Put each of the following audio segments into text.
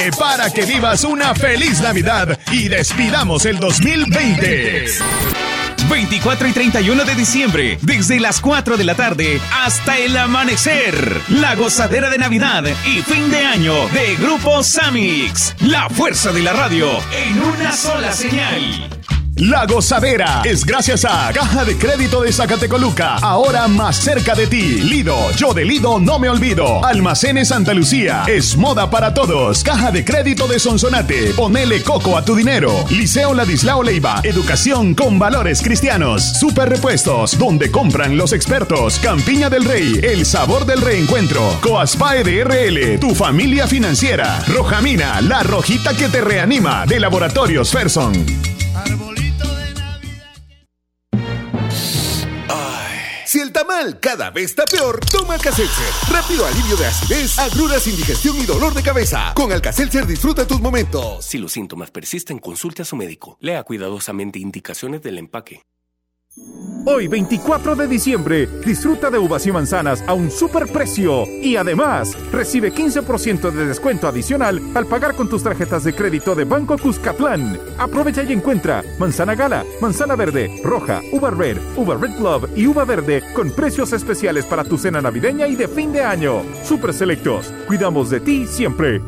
Prepárate para que vivas una feliz Navidad y despidamos el 2020. 24 y 31 de diciembre, desde las 4 de la tarde hasta el amanecer. La gozadera de Navidad y fin de año de Grupo Samix. La fuerza de la radio en una sola señal. La gozadera es gracias a Caja de Crédito de Zacatecoluca, ahora más cerca de ti. Lido, yo de Lido no me olvido. Almacenes Santa Lucía, es moda para todos. Caja de Crédito de Sonsonate, ponele coco a tu dinero. Liceo Ladislao Leiva, educación con valores cristianos. Super Repuestos, donde compran los expertos. Campiña del Rey, el sabor del reencuentro. Coaspae de RL, tu familia financiera. Rojamina, la rojita que te reanima, de Laboratorios Ferson. Si el tamal cada vez está peor, toma Alka-Seltzer. Rápido alivio de acidez, agruras, indigestión y dolor de cabeza. Con Alka-Seltzer disfruta tus momentos. Si los síntomas persisten, consulte a su médico. Lea cuidadosamente indicaciones del empaque. Hoy, 24 de diciembre, disfruta de uvas y manzanas a un superprecio. Y además, recibe 15% de descuento adicional al pagar con tus tarjetas de crédito de Banco Cuscatlán. Aprovecha y encuentra manzana gala, manzana verde, roja, uva red club y uva verde con precios especiales para tu cena navideña y de fin de año. Super selectos. Cuidamos de ti siempre.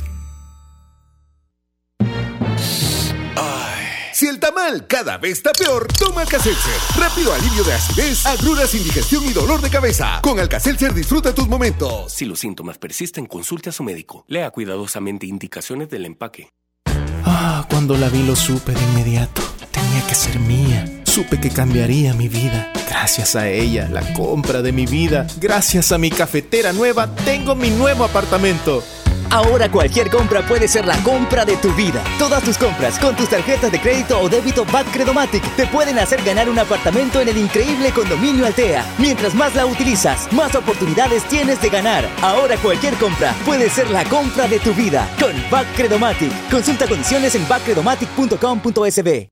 Si el tamal cada vez está peor, toma Alka-Seltzer. Rápido alivio de acidez, agruras, indigestión y dolor de cabeza. Con Alka-Seltzer disfruta tus momentos. Si los síntomas persisten, consulte a su médico. Lea cuidadosamente indicaciones del empaque. Cuando la vi lo supe de inmediato. Tenía que ser mía. Supe que cambiaría mi vida. Gracias a ella, la compra de mi vida. Gracias a mi cafetera nueva, tengo mi nuevo apartamento. Ahora cualquier compra puede ser la compra de tu vida. Todas tus compras con tus tarjetas de crédito o débito Bacredomatic te pueden hacer ganar un apartamento en el increíble condominio Altea. Mientras más la utilizas, más oportunidades tienes de ganar. Ahora cualquier compra puede ser la compra de tu vida con Bacredomatic. Consulta condiciones en bacredomatic.com.sb.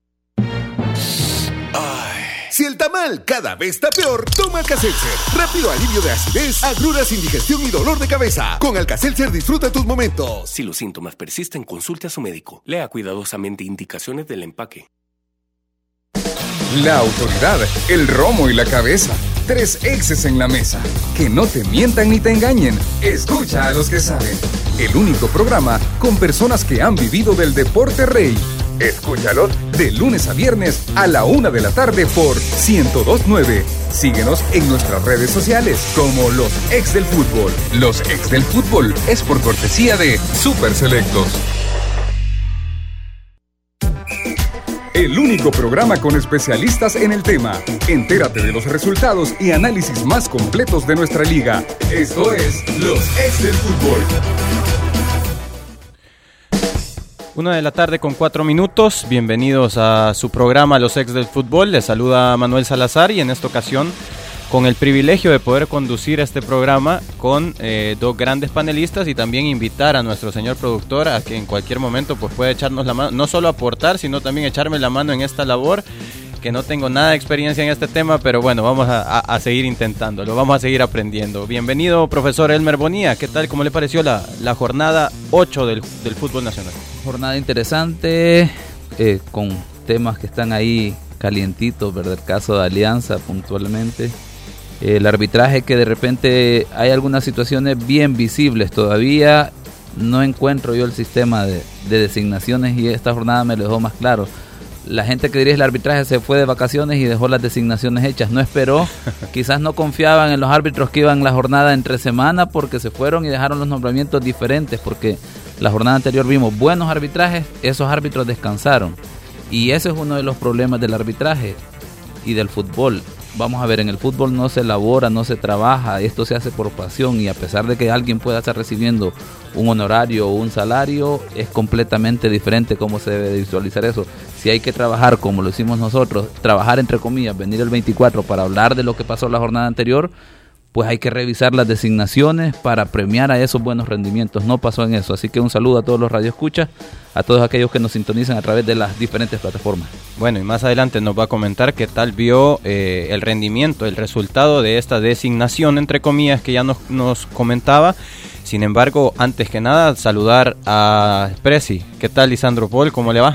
Si el tamal cada vez está peor, toma Alka-Seltzer. Rápido alivio de acidez, agruras, indigestión y dolor de cabeza. Con Alka-Seltzer disfruta tus momentos. Si los síntomas persisten, consulte a su médico. Lea cuidadosamente indicaciones del empaque. La autoridad, el romo y la cabeza. 3 exes en la mesa. Que no te mientan ni te engañen. Escucha a los que saben. El único programa con personas que han vivido del deporte rey. Escúchalos de lunes a viernes a la 1 de la tarde por 102.9. Síguenos en nuestras redes sociales como Los Ex del Fútbol. Los Ex del Fútbol es por cortesía de Super Selectos. El único programa con especialistas en el tema. Entérate de los resultados y análisis más completos de nuestra liga. Esto es Los Ex del Fútbol. 1 de la tarde con 4 minutos. Bienvenidos a su programa Los Ex del Fútbol. Les saluda Manuel Salazar y en esta ocasión con el privilegio de poder conducir este programa con 2 grandes panelistas y también invitar a nuestro señor productor a que en cualquier momento pues pueda echarnos la mano, no solo aportar, sino también echarme la mano en esta labor, que no tengo nada de experiencia en este tema, pero bueno, vamos a seguir intentándolo, vamos a seguir aprendiendo. Bienvenido, profesor Elmer Bonilla. ¿Qué tal? ¿Cómo le pareció la jornada 8 del fútbol nacional? Jornada interesante, con temas que están ahí calientitos, ¿verdad? El caso de Alianza puntualmente. El arbitraje, que de repente hay algunas situaciones bien visibles todavía. No encuentro yo el sistema de designaciones y esta jornada me lo dejó más claro. La gente que dirige el arbitraje se fue de vacaciones y dejó las designaciones hechas, no esperó, quizás no confiaban en los árbitros que iban la jornada entre semana porque se fueron y dejaron los nombramientos diferentes, porque la jornada anterior vimos buenos arbitrajes, esos árbitros descansaron y ese es uno de los problemas del arbitraje y del fútbol. Vamos a ver, en el fútbol no se elabora, no se trabaja, esto se hace por pasión y a pesar de que alguien pueda estar recibiendo un honorario o un salario, es completamente diferente cómo se debe visualizar eso. Si hay que trabajar como lo hicimos nosotros, trabajar entre comillas, venir el 24 para hablar de lo que pasó la jornada anterior, pues hay que revisar las designaciones para premiar a esos buenos rendimientos. No pasó en eso, así que un saludo a todos los radioescuchas, a todos aquellos que nos sintonizan a través de las diferentes plataformas. Bueno, y más adelante nos va a comentar qué tal vio el rendimiento, el resultado de esta designación, entre comillas, que ya nos comentaba. Sin embargo, antes que nada, saludar a Presi. ¿Qué tal, Lisandro Paul? ¿Cómo le va?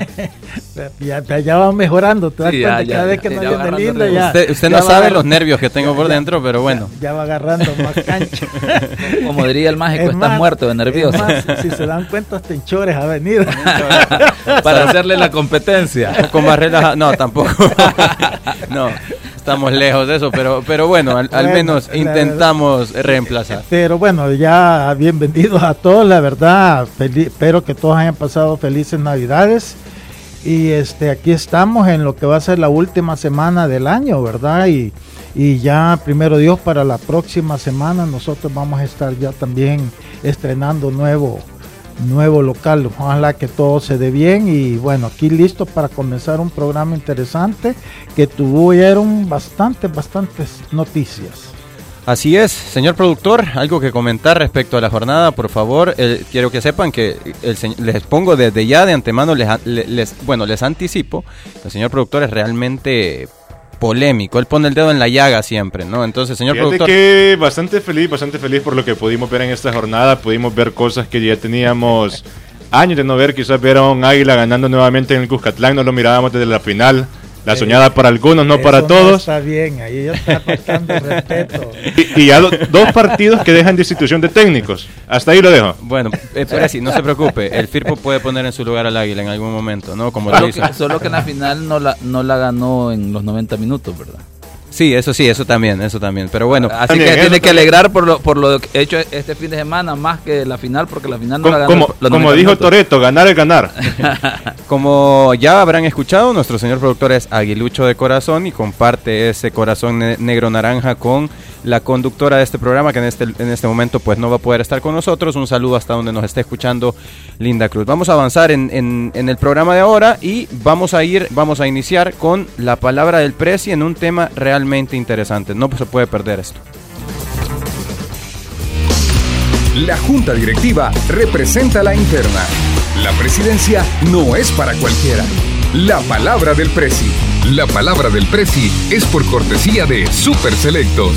ya va mejorando, te das cuenta, cada vez que no viene Linda ya. Usted no sabe los nervios que tengo por dentro, pero bueno. Ya va agarrando más cancha. Como diría el mágico, estás muerto de nervioso. Si se dan cuenta, hasta en Chores ha venido. Para hacerle la competencia. Con más relajado. No, tampoco. No, estamos lejos de eso, pero bueno, al menos intentamos reemplazar. Pero bueno, ya bienvenidos a todos, la verdad, espero que todos hayan pasado felices Navidades. Y aquí estamos en lo que va a ser la última semana del año, ¿verdad? Y ya, primero Dios, para la próxima semana nosotros vamos a estar ya también estrenando nuevo local. Ojalá que todo se dé bien y bueno, aquí listo para comenzar un programa interesante que tuvieron bastantes noticias. Así es, señor productor, algo que comentar respecto a la jornada, por favor. Quiero que sepan que les pongo desde ya de antemano, les anticipo, el señor productor es realmente polémico, él pone el dedo en la llaga siempre, ¿no? Entonces, señor productor... que bastante feliz por lo que pudimos ver en esta jornada, pudimos ver cosas que ya teníamos años de no ver, quizás ver a un Águila ganando nuevamente en el Cuscatlán, no lo mirábamos desde la final. La soñada para algunos, no para todos. No está bien, ahí ya está faltando respeto. Y ya dos partidos que dejan destitución de técnicos. Hasta ahí lo dejo. Bueno, Presi, no se preocupe. El Firpo puede poner en su lugar al Águila en algún momento, ¿no? Como lo hizo. Solo que en la final no la ganó en los 90 minutos, ¿verdad? Sí, eso también. Pero bueno, así también, que tiene que alegrar por lo hecho este fin de semana más que la final, porque la final no la ganó. Como dijo Toretto, ganar es ganar. Como ya habrán escuchado, nuestro señor productor es aguilucho de corazón y comparte ese corazón negro-naranja con la conductora de este programa, que en este momento pues no va a poder estar con nosotros. Un saludo hasta donde nos esté escuchando Linda Cruz. Vamos a avanzar en el programa de ahora y vamos a iniciar con la palabra del Presi en un tema realmente interesante. No se puede perder esto. La Junta Directiva representa la interna. La presidencia no es para cualquiera. La palabra del Presi. La palabra del Presi es por cortesía de Super Selectos.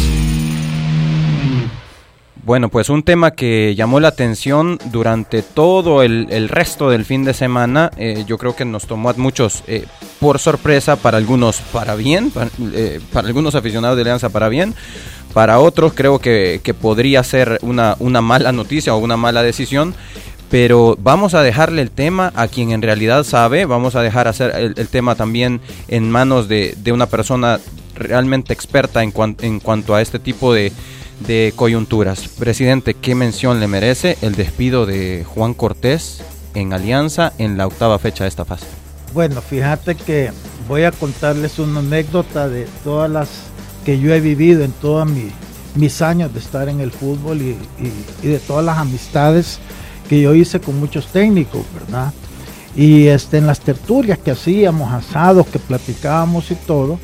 Bueno, pues un tema que llamó la atención durante todo el resto del fin de semana, yo creo que nos tomó a muchos por sorpresa, para algunos para bien, para algunos aficionados de Alianza para bien, para otros creo que podría ser una mala noticia o una mala decisión, pero vamos a dejarle el tema a quien en realidad sabe, vamos a dejar hacer el tema también en manos de una persona realmente experta en cuanto a este tipo de coyunturas. Presidente, ¿qué mención le merece el despido de Juan Cortés en Alianza en la 8ª fecha de esta fase? Bueno, fíjate que voy a contarles una anécdota de todas las que yo he vivido en todos mis años de estar en el fútbol y de todas las amistades que yo hice con muchos técnicos, ¿verdad? Y en las tertulias que hacíamos, asados, que platicábamos y todo,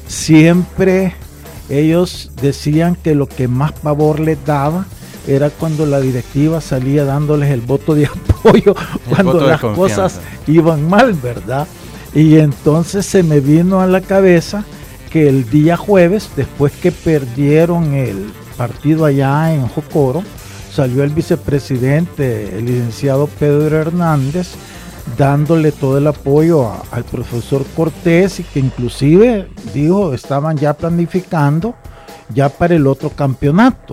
siempre ellos decían que lo que más pavor les daba era cuando la directiva salía dándoles el voto de apoyo cuando las cosas iban mal, ¿verdad? Y entonces se me vino a la cabeza que el día jueves, después que perdieron el partido allá en Jocoro, salió el vicepresidente, el licenciado Pedro Hernández, dándole todo el apoyo al profesor Cortés, y que inclusive dijo estaban ya planificando ya para el otro campeonato.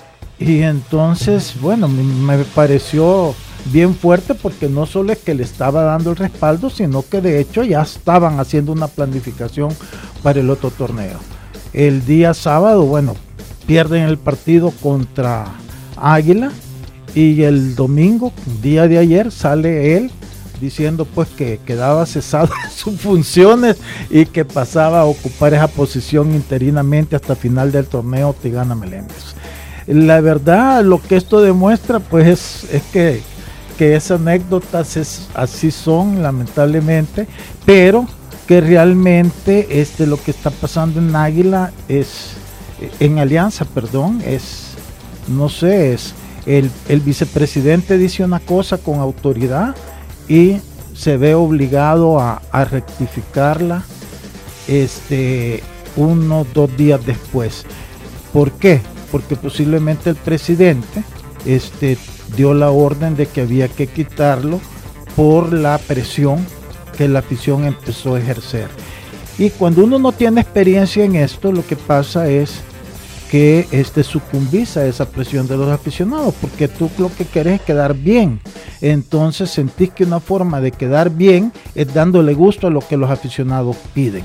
Y entonces, bueno, me pareció bien fuerte, porque no solo es que le estaba dando el respaldo, sino que de hecho ya estaban haciendo una planificación para el otro torneo. El día sábado, bueno, pierden el partido contra Águila, y el domingo, día de ayer, sale él diciendo pues que quedaba cesado de sus funciones y que pasaba a ocupar esa posición interinamente hasta final del torneo Tigana Meléndez. La verdad, lo que esto demuestra pues es que esas anécdotas así son, lamentablemente, pero que realmente lo que está pasando en Águila en Alianza, no sé, el vicepresidente dice una cosa con autoridad y se ve obligado a rectificarla 1 o 2 días después. ¿Por qué? Porque posiblemente el presidente dio la orden de que había que quitarlo por la presión que la afición empezó a ejercer. Y cuando uno no tiene experiencia en esto, lo que pasa es que sucumbís a esa presión de los aficionados, porque tú lo que querés es quedar bien. Entonces sentís que una forma de quedar bien es dándole gusto a lo que los aficionados piden.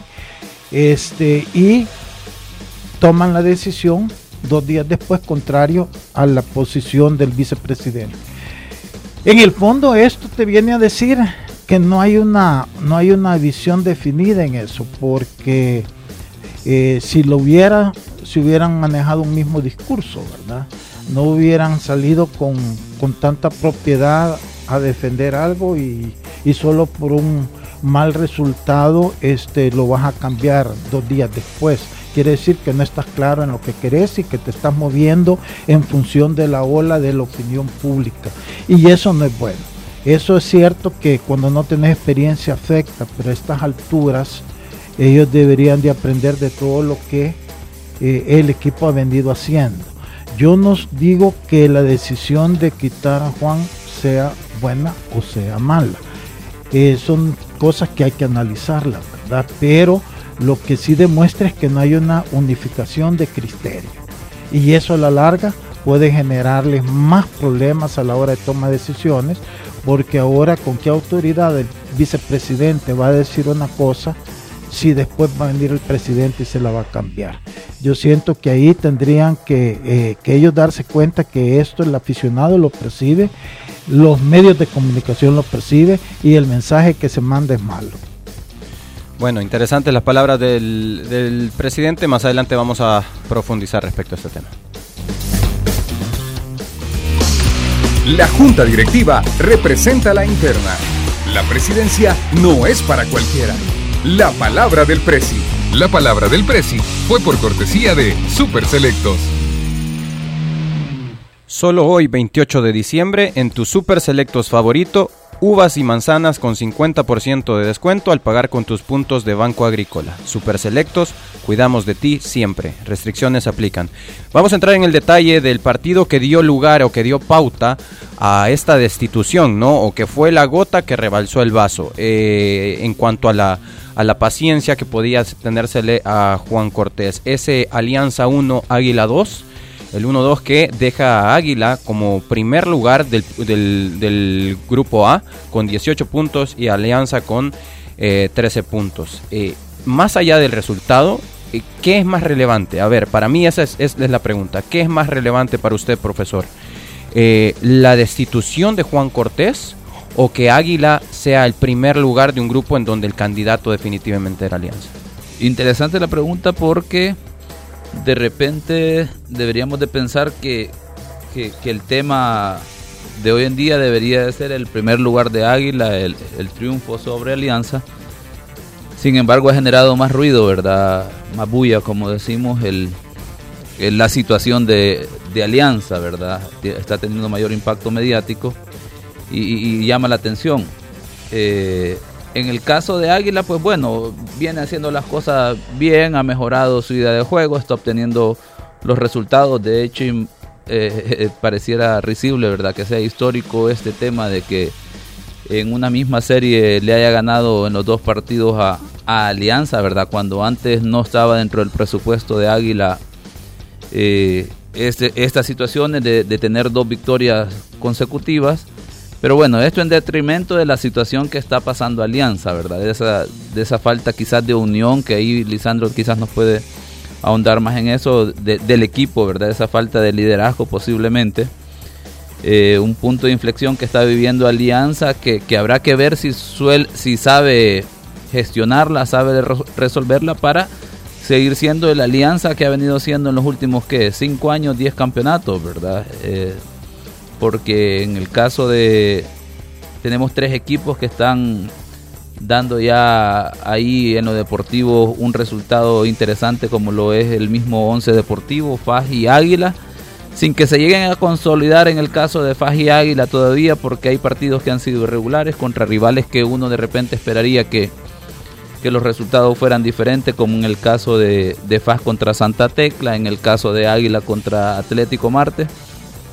Y toman la decisión 2 días después, contrario a la posición del vicepresidente. En el fondo, esto te viene a decir que no hay una visión definida en eso, porque si hubieran manejado un mismo discurso, ¿verdad? No hubieran salido con tanta propiedad a defender algo y solo por un mal resultado lo vas a cambiar 2 días después. Quiere decir que no estás claro en lo que querés y que te estás moviendo en función de la ola de la opinión pública, y eso no es bueno. Eso es cierto que cuando no tenés experiencia afecta, pero a estas alturas ellos deberían de aprender de todo lo que el equipo ha venido haciendo. Yo no digo que la decisión de quitar a Juan sea buena o sea mala. Son cosas que hay que analizarlas, ¿verdad? Pero lo que sí demuestra es que no hay una unificación de criterio. Y eso a la larga puede generarles más problemas a la hora de tomar decisiones, porque ahora con qué autoridad el vicepresidente va a decir una cosa si después va a venir el presidente y se la va a cambiar. Yo siento que ahí tendrían que ellos darse cuenta que esto el aficionado lo percibe, los medios de comunicación lo perciben y el mensaje que se manda es malo. Bueno, interesantes las palabras del presidente. Más adelante vamos a profundizar respecto a este tema. La Junta Directiva representa la interna. La presidencia no es para cualquiera. La palabra del Presi. La palabra del Presi fue por cortesía de Super Selectos. Solo hoy, 28 de diciembre, en tu Super Selectos favorito, uvas y manzanas con 50% de descuento al pagar con tus puntos de Banco Agrícola. Super Selectos, cuidamos de ti siempre. Restricciones aplican. Vamos a entrar en el detalle del partido que dio lugar o que dio pauta a esta destitución, ¿no? O que fue la gota que rebalsó el vaso en cuanto a la paciencia que podía tenérsele a Juan Cortés. Ese Alianza 1, Águila 2. El 1-2 que deja a Águila como primer lugar del grupo A con 18 puntos y Alianza con 13 puntos. Más allá del resultado, ¿qué es más relevante? A ver, para mí esa es la pregunta. ¿Qué es más relevante para usted, profesor? ¿La destitución de Juan Cortés o que Águila sea el primer lugar de un grupo en donde el candidato definitivamente era Alianza? Interesante la pregunta porque de repente deberíamos de pensar que el tema de hoy en día debería de ser el primer lugar de Águila, el triunfo sobre Alianza. Sin embargo, ha generado más ruido, ¿verdad? Más bulla, como decimos, la situación de Alianza, ¿verdad? Está teniendo mayor impacto mediático y llama la atención. En el caso de Águila, pues bueno, viene haciendo las cosas bien, ha mejorado su idea de juego, está obteniendo los resultados. De hecho, pareciera risible, ¿verdad?, que sea histórico este tema de que en una misma serie le haya ganado en los 2 partidos a Alianza, ¿verdad?, cuando antes no estaba dentro del presupuesto de Águila estas situaciones de tener 2 victorias consecutivas. Pero bueno, esto en detrimento de la situación que está pasando Alianza, ¿verdad? De esa falta quizás de unión, que ahí Lisandro quizás nos puede ahondar más en eso, del equipo, ¿verdad? Esa falta de liderazgo posiblemente. Un punto de inflexión que está viviendo Alianza, que habrá que ver si sabe gestionarla, sabe resolverla para seguir siendo el Alianza que ha venido siendo en los últimos, 5 años, 10 campeonatos, ¿verdad? Porque en el caso tenemos 3 equipos que están dando ya ahí en lo deportivo un resultado interesante, como lo es el mismo Once Deportivo, FAS y Águila, sin que se lleguen a consolidar en el caso de FAS y Águila todavía, porque hay partidos que han sido irregulares contra rivales que uno de repente esperaría que los resultados fueran diferentes, como en el caso de FAS contra Santa Tecla, en el caso de Águila contra Atlético Marte.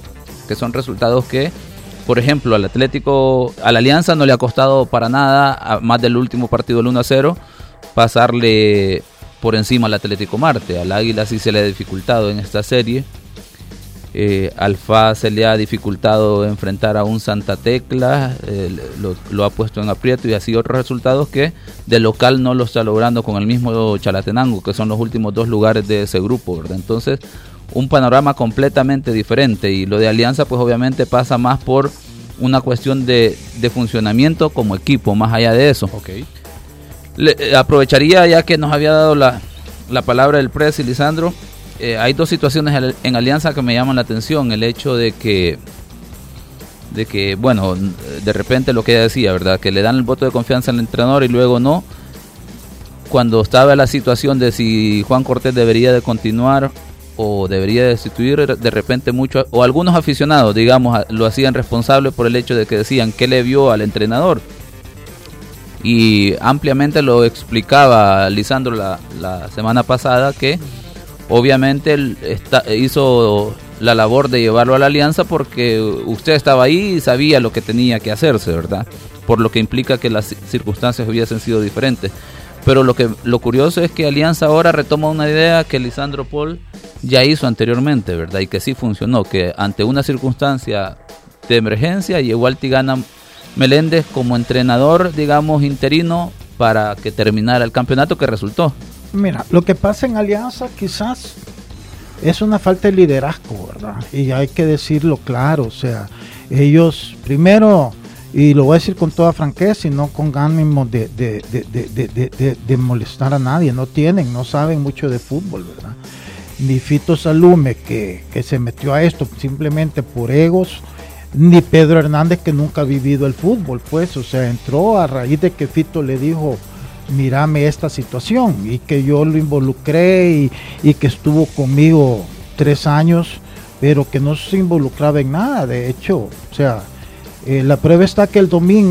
que son resultados que, por ejemplo, al la Alianza no le ha costado para nada, más del último partido, el 1-0, pasarle por encima al Atlético Marte. Al Águila sí se le ha dificultado en esta serie. Al FAS se le ha dificultado enfrentar a un Santa Tecla, lo ha puesto en aprieto, y así otros resultados que de local no lo está logrando con el mismo Chalatenango, que son los últimos 2 lugares de ese grupo, ¿verdad? Entonces, un panorama completamente diferente, y lo de Alianza pues obviamente pasa más por una cuestión de funcionamiento como equipo, más allá de eso. Okay. Aprovecharía, ya que nos había dado la palabra el Presi, Lisandro. Hay 2 situaciones en Alianza que me llaman la atención. El hecho de que bueno, de repente lo que ella decía, ¿verdad? Que le dan el voto de confianza al entrenador y luego no. Cuando estaba la situación de si Juan Cortés debería de continuar o debería destituir, de repente muchos o algunos aficionados, digamos, lo hacían responsable por el hecho de que decían que le vio al entrenador. Y ampliamente lo explicaba Lisandro la semana pasada, que obviamente él hizo la labor de llevarlo a la Alianza porque usted estaba ahí y sabía lo que tenía que hacerse, ¿verdad? Por lo que implica que las circunstancias hubiesen sido diferentes. Pero lo curioso es que Alianza ahora retoma una idea que Lisandro Paul ya hizo anteriormente, ¿verdad? Y que sí funcionó, que ante una circunstancia de emergencia llegó al Tigana Meléndez como entrenador, digamos, interino para que terminara el campeonato, que resultó. Mira, lo que pasa en Alianza quizás es una falta de liderazgo, ¿verdad? Y hay que decirlo claro, o sea, ellos primero, y lo voy a decir con toda franqueza y no con ánimo de molestar a nadie, no saben mucho de fútbol, ¿verdad? Ni Fito Salume, que se metió a esto simplemente por egos, ni Pedro Hernández, que nunca ha vivido el fútbol, pues, o sea, entró a raíz de que Fito le dijo: mírame esta situación, y que yo lo involucré y que estuvo conmigo 3 años, pero que no se involucraba en nada. De hecho, o sea, la prueba está que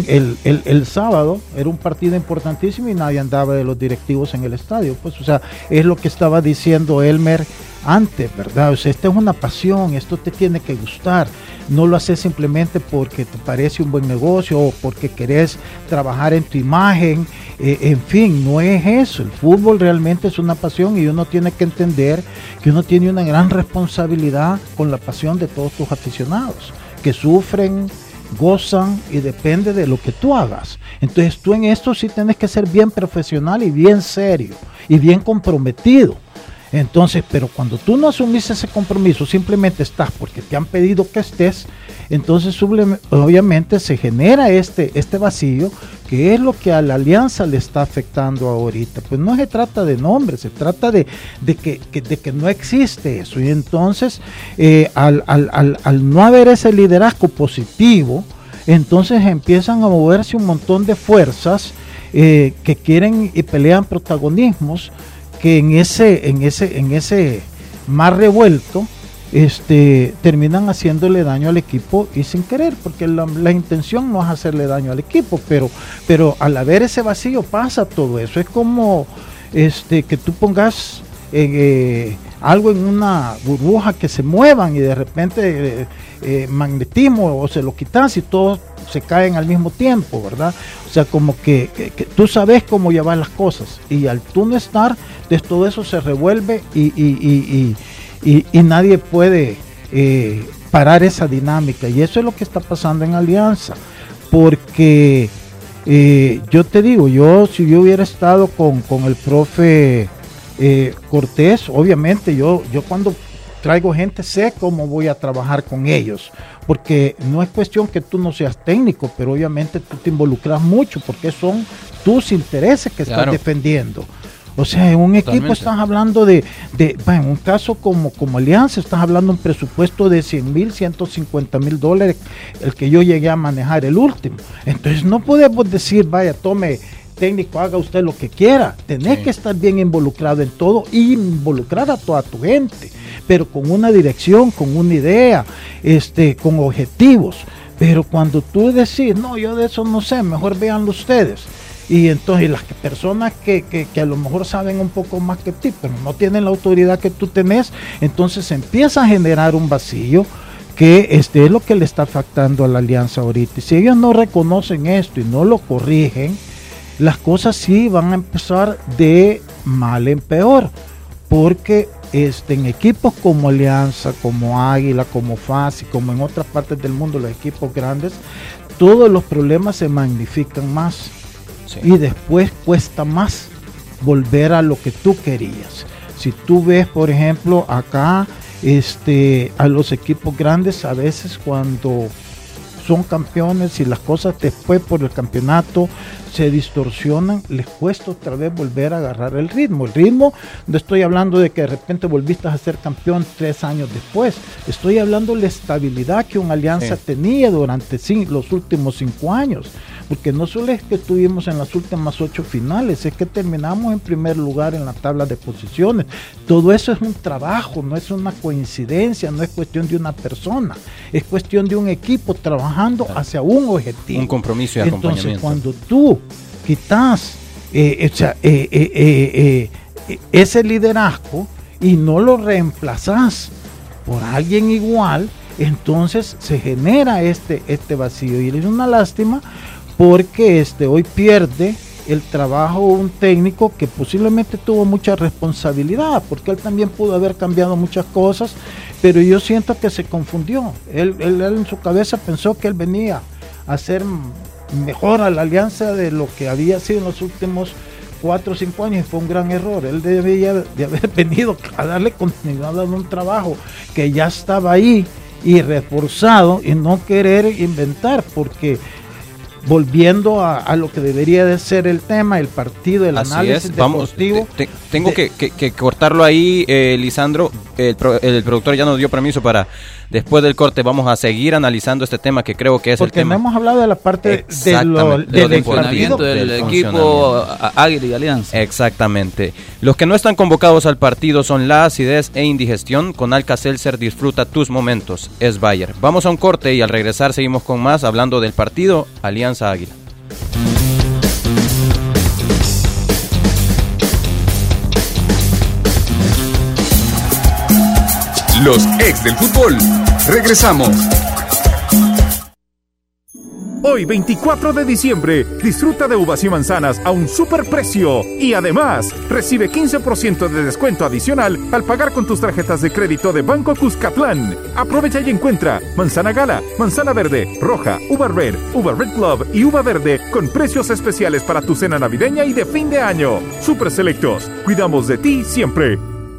el sábado era un partido importantísimo y nadie andaba de los directivos en el estadio, pues, o sea, es lo que estaba diciendo Elmer antes, ¿verdad? O sea, esta es una pasión, esto te tiene que gustar, no lo haces simplemente porque te parece un buen negocio o porque querés trabajar en tu imagen, en fin, no es eso. El fútbol realmente es una pasión y uno tiene que entender que uno tiene una gran responsabilidad con la pasión de todos tus aficionados, que sufren, gozan y depende de lo que tú hagas. Entonces tú en esto sí tienes que ser bien profesional y bien serio y bien comprometido. Entonces, pero cuando tú no asumís ese compromiso, simplemente estás porque te han pedido que estés, entonces obviamente se genera este vacío, que es lo que a la Alianza le está afectando ahorita. Pues no se trata de nombres, se trata de que no existe eso. Y entonces, al no haber ese liderazgo positivo, entonces empiezan a moverse un montón de fuerzas que quieren y pelean protagonismos, que en ese mar revuelto terminan haciéndole daño al equipo y sin querer, porque la intención no es hacerle daño al equipo, pero al haber ese vacío pasa todo eso. Es como que tú pongas algo en una burbuja que se muevan y de repente magnetismo, o se lo quitas y todos se caen al mismo tiempo, ¿verdad? O sea, como que tú sabes cómo llevar las cosas, y al tú no estar, entonces todo eso se revuelve y nadie puede parar esa dinámica, y eso es lo que está pasando en Alianza, porque yo te digo, si yo hubiera estado con el profe Cortés, obviamente yo cuando traigo gente sé cómo voy a trabajar con ellos, porque no es cuestión que tú no seas técnico, pero obviamente tú te involucras mucho porque son tus intereses que estás defendiendo. O sea, en un equipo estás hablando en un caso como Alianza, estás hablando de un presupuesto de $100,000, $150,000, el que yo llegué a manejar el último. Entonces no podemos decir, vaya, tome técnico, haga usted lo que quiera. Tenés que estar bien involucrado en todo y involucrar a toda tu gente, pero con una dirección, con una idea, con objetivos. Pero cuando tú decís, no, yo de eso no sé, mejor véanlo ustedes. Y entonces las personas que a lo mejor saben un poco más que ti, pero no tienen la autoridad que tú tenés, entonces empieza a generar un vacío que es lo que le está afectando a la Alianza ahorita. Y si ellos no reconocen esto y no lo corrigen, las cosas sí van a empezar de mal en peor, porque en equipos como Alianza, como Águila, como FAS y como en otras partes del mundo, los equipos grandes, todos los problemas se magnifican más, sí, y después cuesta más volver a lo que tú querías. Si tú ves, por ejemplo, acá a los equipos grandes, a veces cuando son campeones y las cosas después por el campeonato se distorsionan, les cuesta otra vez volver a agarrar el ritmo. El ritmo, no estoy hablando de que de repente volviste a ser campeón 3 años después, estoy hablando de la estabilidad que una Alianza tenía durante los últimos 5 años, porque no solo es que estuvimos en las últimas 8 finales, es que terminamos en primer lugar en la tabla de posiciones. Todo eso es un trabajo, no es una coincidencia, no es cuestión de una persona, es cuestión de un equipo trabajando hacia un objetivo, un compromiso y acompañamiento. Entonces, cuando tú quitas ese liderazgo y no lo reemplazas por alguien igual, entonces se genera este vacío, y es una lástima porque hoy pierde el trabajo un técnico que posiblemente tuvo mucha responsabilidad, porque él también pudo haber cambiado muchas cosas, pero yo siento que se confundió. Él en su cabeza pensó que él venía a hacer mejor a la Alianza de lo que había sido en los últimos 4 o 5 años, y fue un gran error. Él debía de haber venido a darle continuidad a un trabajo que ya estaba ahí y reforzado, y no querer inventar, porque volviendo a lo que debería de ser el tema, el partido, el análisis deportivo. Tengo que cortarlo ahí, Lisandro. El productor ya nos dio permiso para, después del corte, vamos a seguir analizando este tema, que creo que es el tema. Porque no hemos hablado de la parte del funcionamiento del equipo Águila y Alianza. Exactamente. Los que no están convocados al partido son la acidez e indigestión. Con Alka-Seltzer disfruta tus momentos. Es Bayer. Vamos a un corte y al regresar seguimos con más, hablando del partido Alianza Águila. Los ex del fútbol. Regresamos. Hoy, 24 de diciembre, disfruta de uvas y manzanas a un superprecio. Y además, recibe 15% de descuento adicional al pagar con tus tarjetas de crédito de Banco Cuscatlán. Aprovecha y encuentra manzana gala, manzana verde, roja, uva red club y uva verde con precios especiales para tu cena navideña y de fin de año. Super selectos. Cuidamos de ti siempre.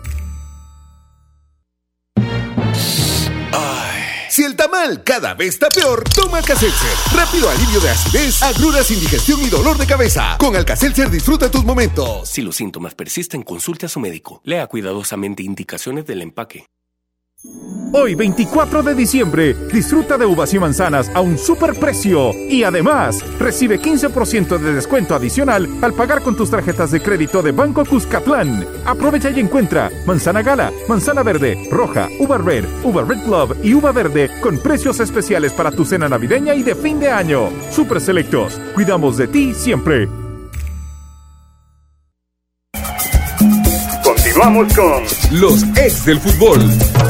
Si el tamal cada vez está peor, toma Alka-Seltzer. Rápido alivio de acidez, agruras, indigestión y dolor de cabeza. Con Alka-Seltzer disfruta tus momentos. Si los síntomas persisten, consulte a su médico. Lea cuidadosamente indicaciones del empaque. Hoy, 24 de diciembre, disfruta de uvas y manzanas a un superprecio. Y además, recibe 15% de descuento adicional al pagar con tus tarjetas de crédito de Banco Cuscatlán. Aprovecha y encuentra manzana gala, manzana verde, roja, uva red club y uva verde con precios especiales para tu cena navideña y de fin de año. Super selectos. Cuidamos de ti siempre. Continuamos con los ex del fútbol.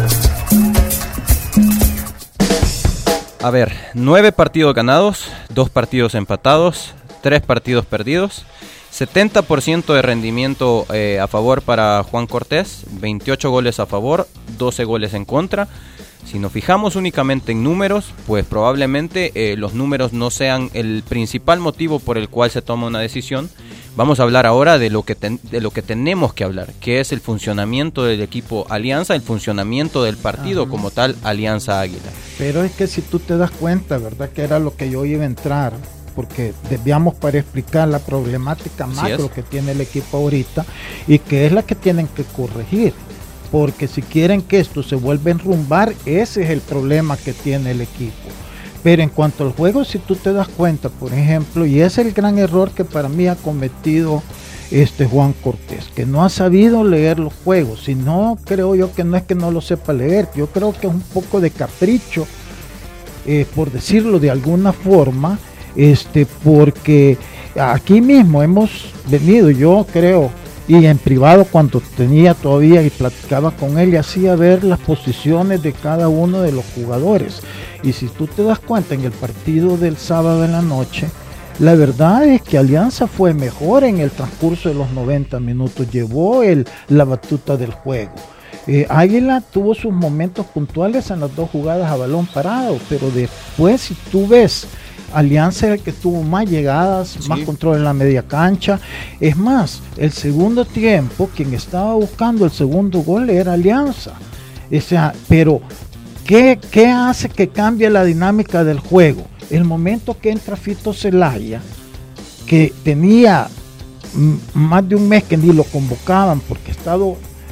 A ver, 9 partidos ganados, 2 partidos empatados, 3 partidos perdidos, 70% de rendimiento a favor para Juan Cortés, 28 goles a favor, 12 goles en contra. Si nos fijamos únicamente en números, pues probablemente los números no sean el principal motivo por el cual se toma una decisión. Vamos a hablar ahora de lo que tenemos que hablar, que es el funcionamiento del equipo Alianza, el funcionamiento del partido como tal, Alianza Águila. Pero es que si tú te das cuenta, ¿verdad? Que era lo que yo iba a entrar, porque debíamos para explicar la problemática macro que tiene el equipo ahorita y que es la que tienen que corregir. Porque si quieren que esto se vuelva a enrumbar, ese es el problema que tiene el equipo. Pero en cuanto al juego, si tú te das cuenta, por ejemplo, y es el gran error que para mí ha cometido Juan Cortés, que no ha sabido leer los juegos. Si no, creo yo que no es que no lo sepa leer, yo creo que es un poco de capricho, por decirlo de alguna forma, porque aquí mismo hemos venido, yo creo, y en privado cuando tenía todavía y platicaba con él y hacía ver las posiciones de cada uno de los jugadores. Y si tú te das cuenta en el partido del sábado en la noche, la verdad es que Alianza fue mejor en el transcurso de los 90 minutos, llevó la batuta del juego. Águila tuvo sus momentos puntuales en las dos jugadas a balón parado, pero después si tú ves, Alianza era el que tuvo más llegadas, sí, más control en la media cancha. Es más, el segundo tiempo, quien estaba buscando el segundo gol era Alianza. O sea, pero ¿qué hace que cambie la dinámica del juego? El momento que entra Fito Zelaya, que tenía más de un mes que ni lo convocaban porque estaba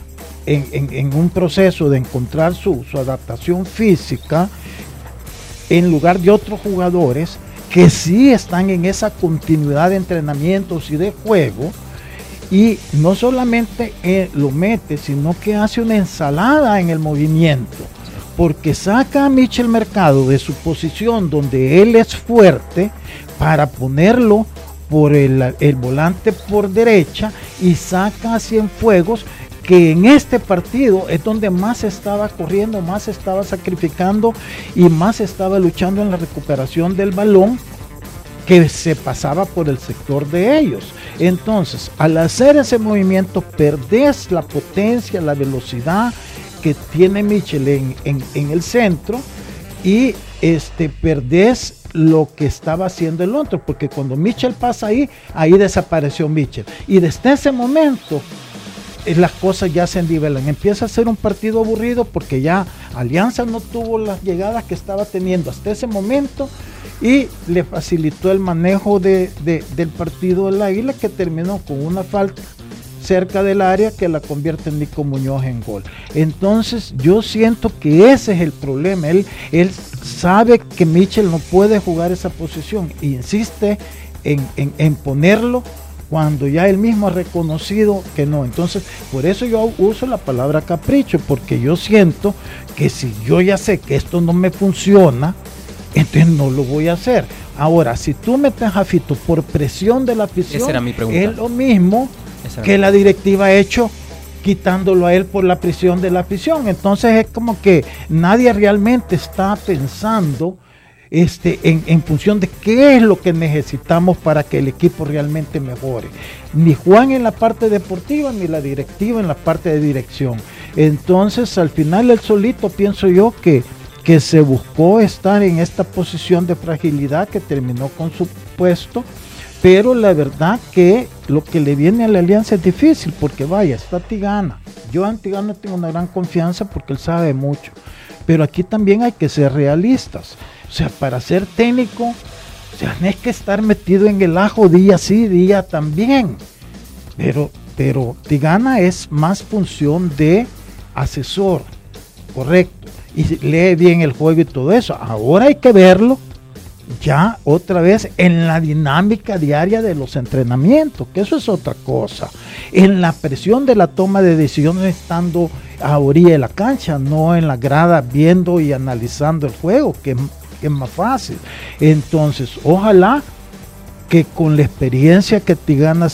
en un proceso de encontrar su adaptación física, en lugar de otros jugadores que sí están en esa continuidad de entrenamientos y de juego, y no solamente lo mete, sino que hace una ensalada en el movimiento, porque saca a Michel Mercado de su posición donde él es fuerte para ponerlo por el volante por derecha y saca a Cienfuegos, que en este partido es donde más estaba corriendo, más estaba sacrificando y más estaba luchando en la recuperación del balón, que se pasaba por el sector de ellos. Entonces, al hacer ese movimiento, perdés la potencia, la velocidad que tiene Michel en el centro, y perdés lo que estaba haciendo el otro, porque cuando Michel pasa ahí desapareció Michel. Y desde ese momento las cosas ya se nivelan, empieza a ser un partido aburrido porque ya Alianza no tuvo las llegadas que estaba teniendo hasta ese momento y le facilitó el manejo del partido del Águila, que terminó con una falta cerca del área que la convierte en Nico Muñoz en gol. Entonces yo siento que ese es el problema, él sabe que Michel no puede jugar esa posición e insiste en ponerlo cuando ya él mismo ha reconocido que no. Entonces, por eso yo uso la palabra capricho, porque yo siento que si yo ya sé que esto no me funciona, entonces no lo voy a hacer. Ahora, si tú metes a Fito por presión de la afición, esa era mi pregunta, es lo mismo que la directiva ha hecho quitándolo a él por la presión de la afición. Entonces es como que nadie realmente está pensando en función de qué es lo que necesitamos para que el equipo realmente mejore. Ni Juan en la parte deportiva, ni la directiva en la parte de dirección. Entonces, al final, él solito, pienso yo, que se buscó estar en esta posición de fragilidad que terminó con su puesto, pero la verdad que lo que le viene a la Alianza es difícil, porque vaya, está Tigana. Yo en Tigana tengo una gran confianza porque él sabe mucho, pero aquí también hay que ser realistas. O sea, para ser técnico, o sea, no es que estar metido en el ajo día sí, día también. Pero Tigana es más función de asesor, correcto. Y lee bien el juego y todo eso. Ahora hay que verlo ya otra vez en la dinámica diaria de los entrenamientos, que eso es otra cosa. En la presión de la toma de decisiones estando a orilla de la cancha, no en la grada viendo y analizando el juego, que es más fácil. Entonces, ojalá que con la experiencia que Tigana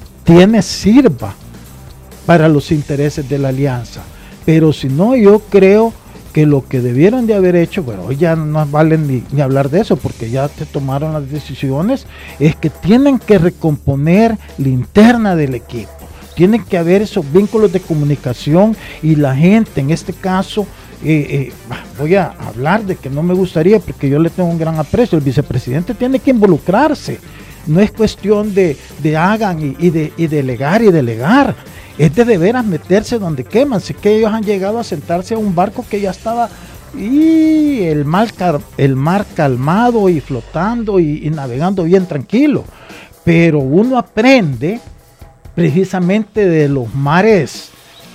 sirva para los intereses de la Alianza. Pero si no, yo creo que lo que debieron de haber hecho, bueno, hoy ya no vale ni hablar de eso, porque ya te tomaron las decisiones, es que tienen que recomponer la interna del equipo. Tienen que haber esos vínculos de comunicación y la gente, en este caso, voy a hablar de que no me gustaría, porque yo le tengo un gran aprecio, el vicepresidente tiene que involucrarse, no es cuestión de hagan y delegar, es de veras meterse donde queman. Sé que ellos han llegado a sentarse a un barco que ya estaba y el mar calmado y flotando y navegando bien tranquilo, pero uno aprende precisamente de los mares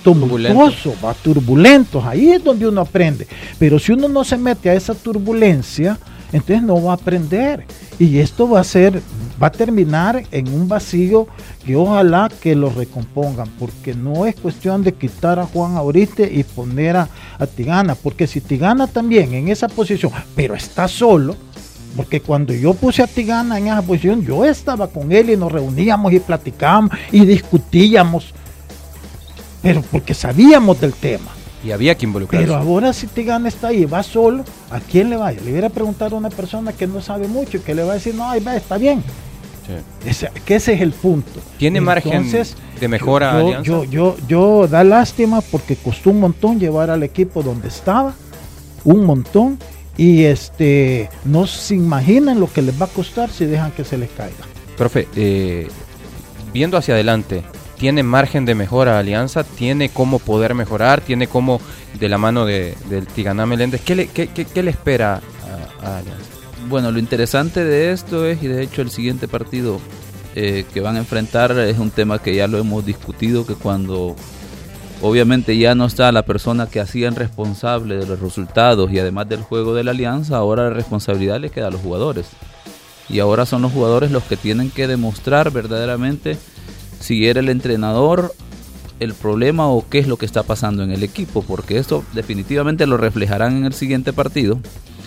turbulentos, ahí es donde uno aprende. Pero si uno no se mete a esa turbulencia, entonces no va a aprender, y esto va a terminar en un vacío que ojalá que lo recompongan, porque no es cuestión de quitar a Juan ahorita y poner a Tigana, porque si Tigana también en esa posición, pero está solo, porque cuando yo puse a Tigana en esa posición, yo estaba con él y nos reuníamos y platicábamos y discutíamos, pero porque sabíamos del tema. Y había que involucrarse. Pero ahora si Tigana está ahí, va solo, ¿a quién le vaya? Le hubiera preguntado a una persona que no sabe mucho y que le va a decir, no, ahí va, está bien. Sí. Ese es el punto. ¿Tiene margen de mejora Alianza? Yo da lástima porque costó un montón llevar al equipo donde estaba, un montón, y no se imaginan lo que les va a costar si dejan que se les caiga. Profe, viendo hacia adelante, ¿tiene margen de mejora Alianza? ¿Tiene cómo poder mejorar? ¿Tiene cómo, de la mano del Tigana Meléndez, qué le espera a Alianza? Bueno, lo interesante de esto es, y de hecho el siguiente partido que van a enfrentar es un tema que ya lo hemos discutido, que cuando obviamente ya no está la persona que hacían responsable de los resultados y además del juego de la Alianza, ahora la responsabilidad le queda a los jugadores. Y ahora son los jugadores los que tienen que demostrar verdaderamente si era el entrenador el problema o qué es lo que está pasando en el equipo, porque esto definitivamente lo reflejarán en el siguiente partido.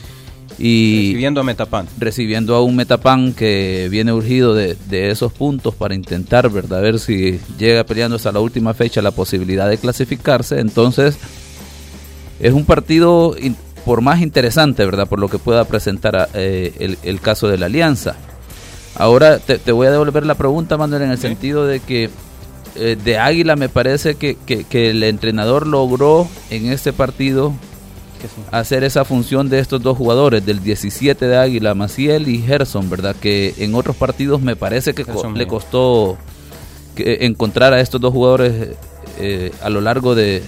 Y recibiendo a un Metapan que viene urgido de esos puntos para intentar, ¿verdad?, ver si llega peleando hasta la última fecha la posibilidad de clasificarse. Entonces es un partido por más interesante, ¿verdad?, por lo que pueda presentar el caso de la Alianza. Ahora te voy a devolver la pregunta, Manuel, en el sentido de que de Águila me parece que el entrenador logró en este partido hacer esa función de estos dos jugadores, del 17 de Águila, Maciel y Gerson, ¿verdad? Que en otros partidos me parece que le costó encontrar a estos dos jugadores a lo largo de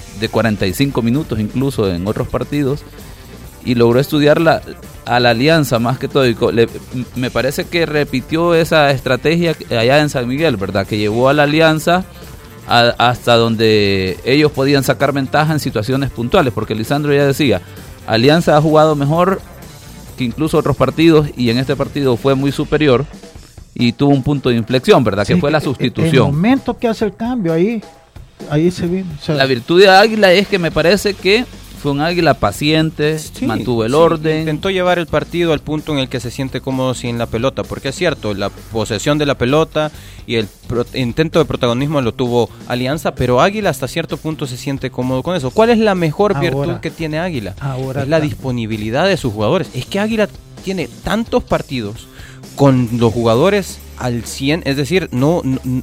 45 minutos, incluso en otros partidos, y logró estudiar a la Alianza más que todo. Me parece que repitió esa estrategia allá en San Miguel, ¿verdad? Que llevó a la Alianza hasta donde ellos podían sacar ventaja en situaciones puntuales, porque Lisandro ya decía, Alianza ha jugado mejor que incluso otros partidos y en este partido fue muy superior y tuvo un punto de inflexión, ¿verdad? Sí, que fue la sustitución. En el momento que hace el cambio, ahí se vino. O sea, la virtud de Águila es que me parece que fue un Águila paciente, mantuvo el orden. Intentó llevar el partido al punto en el que se siente cómodo sin la pelota, porque es cierto, la posesión de la pelota y el intento de protagonismo lo tuvo Alianza, pero Águila hasta cierto punto se siente cómodo con eso. ¿Cuál es la mejor virtud que tiene Águila? Es la disponibilidad de sus jugadores. Es que Águila tiene tantos partidos con los jugadores al 100, es decir, no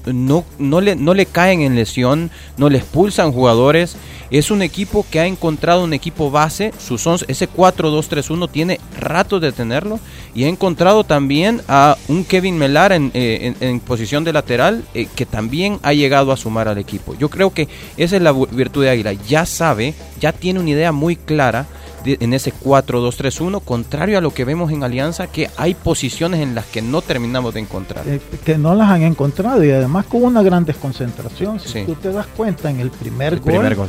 le caen en lesión, no le expulsan jugadores. Es un equipo que ha encontrado un equipo base, sus 11, ese 4-2-3-1 tiene ratos de tenerlo, y ha encontrado también a un Kevin Melar en posición de lateral, que también ha llegado a sumar al equipo. Yo creo que esa es la virtud de Águila, ya tiene una idea muy clara en ese 4-2-3-1, contrario a lo que vemos en Alianza, que hay posiciones en las que no terminamos de encontrar. Que no las han encontrado, y además con una gran desconcentración. Si tú te das cuenta, en el primer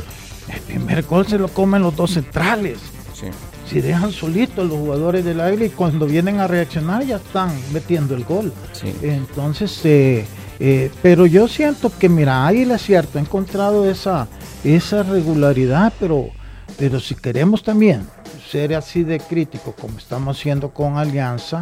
gol se lo comen los dos centrales. Sí. Si dejan solitos los jugadores del Águila, y cuando vienen a reaccionar ya están metiendo el gol. Sí. Entonces, pero yo siento que, mira, Águila es cierto, ha encontrado esa regularidad, pero si queremos también ser así de crítico como estamos haciendo con Alianza,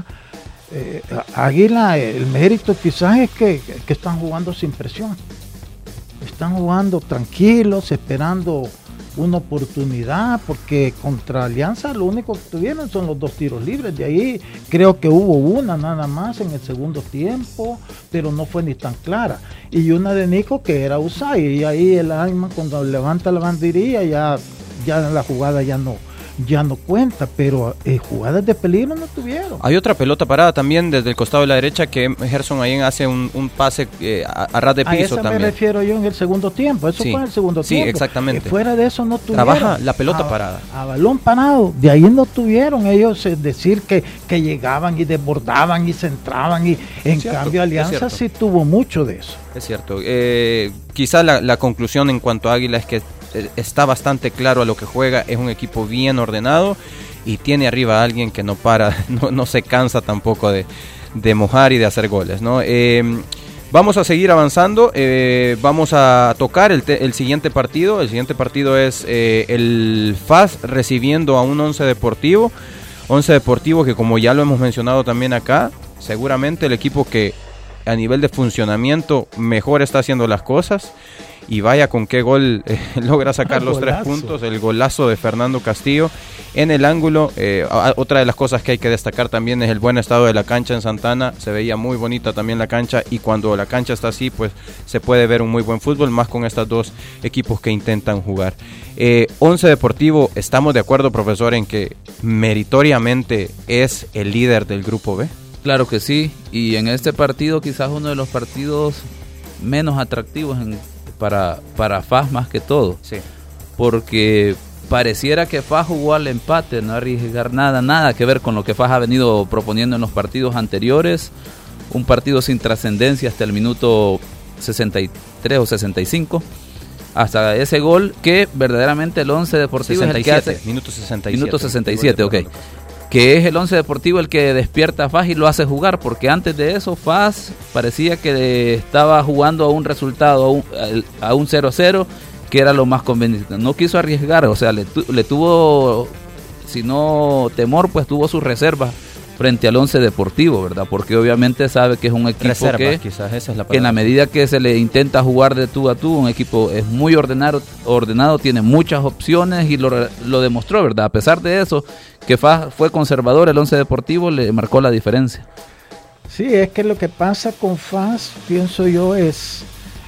Águila, el mérito quizás es que están jugando sin presión, están jugando tranquilos, esperando una oportunidad, porque contra Alianza lo único que tuvieron son los 2 tiros libres. De ahí creo que hubo una nada más en el segundo tiempo, pero no fue ni tan clara, y una de Nico que era Usay, y ahí el Ayman cuando levanta la banderilla ya la jugada ya no cuenta, pero jugadas de peligro no tuvieron. Hay otra pelota parada también desde el costado de la derecha que Gerson ahí hace un pase a ras de piso. A esa también me refiero yo en el segundo tiempo, eso fue en el segundo tiempo. Sí, exactamente. Fuera de eso no tuvieron. Trabaja la pelota parada. A balón parado, de ahí no tuvieron ellos decir que llegaban y desbordaban y centraban, y en cambio Alianza sí tuvo mucho de eso. Es cierto. Quizá la conclusión en cuanto a Águila es que está bastante claro a lo que juega, es un equipo bien ordenado y tiene arriba a alguien que no para, no se cansa tampoco de mojar y de hacer goles, ¿no? Vamos a seguir avanzando, vamos a tocar el siguiente partido. El siguiente partido es el FAS recibiendo a un Once Deportivo. Once Deportivo, que como ya lo hemos mencionado también acá, seguramente el equipo que a nivel de funcionamiento mejor está haciendo las cosas. Y vaya con qué gol logra sacar los 3 puntos, el golazo de Fernando Castillo en el ángulo. Otra de las cosas que hay que destacar también es el buen estado de la cancha en Santana. Se veía muy bonita también la cancha, y cuando la cancha está así, pues se puede ver un muy buen fútbol, más con estos dos equipos que intentan jugar. Once Deportivo, estamos de acuerdo, profesor, en que meritoriamente es el líder del grupo B. Claro que sí, y en este partido quizás uno de los partidos menos atractivos para FAS más que todo, sí, porque pareciera que FAS jugó al empate, no arriesgar nada que ver con lo que FAS ha venido proponiendo en los partidos anteriores, un partido sin trascendencia hasta el minuto 63 o 65, hasta ese gol que verdaderamente el Once Deportivo 67, es el que hace, minuto 67, ok, que es el Once Deportivo el que despierta a FAS y lo hace jugar, porque antes de eso FAS parecía que estaba jugando a un resultado, a un 0-0, que era lo más conveniente. No quiso arriesgar, o sea, le tuvo, si no temor, pues tuvo sus reservas frente al Once Deportivo, ¿verdad? Porque obviamente sabe que es un equipo reservas, quizás esa es la palabra, que en la medida que se le intenta jugar de tú a tú, un equipo es muy ordenado, tiene muchas opciones y lo demostró, ¿verdad? A pesar de eso, que FAS fue conservador, el Once Deportivo le marcó la diferencia. Sí, es que lo que pasa con FAS, pienso yo, es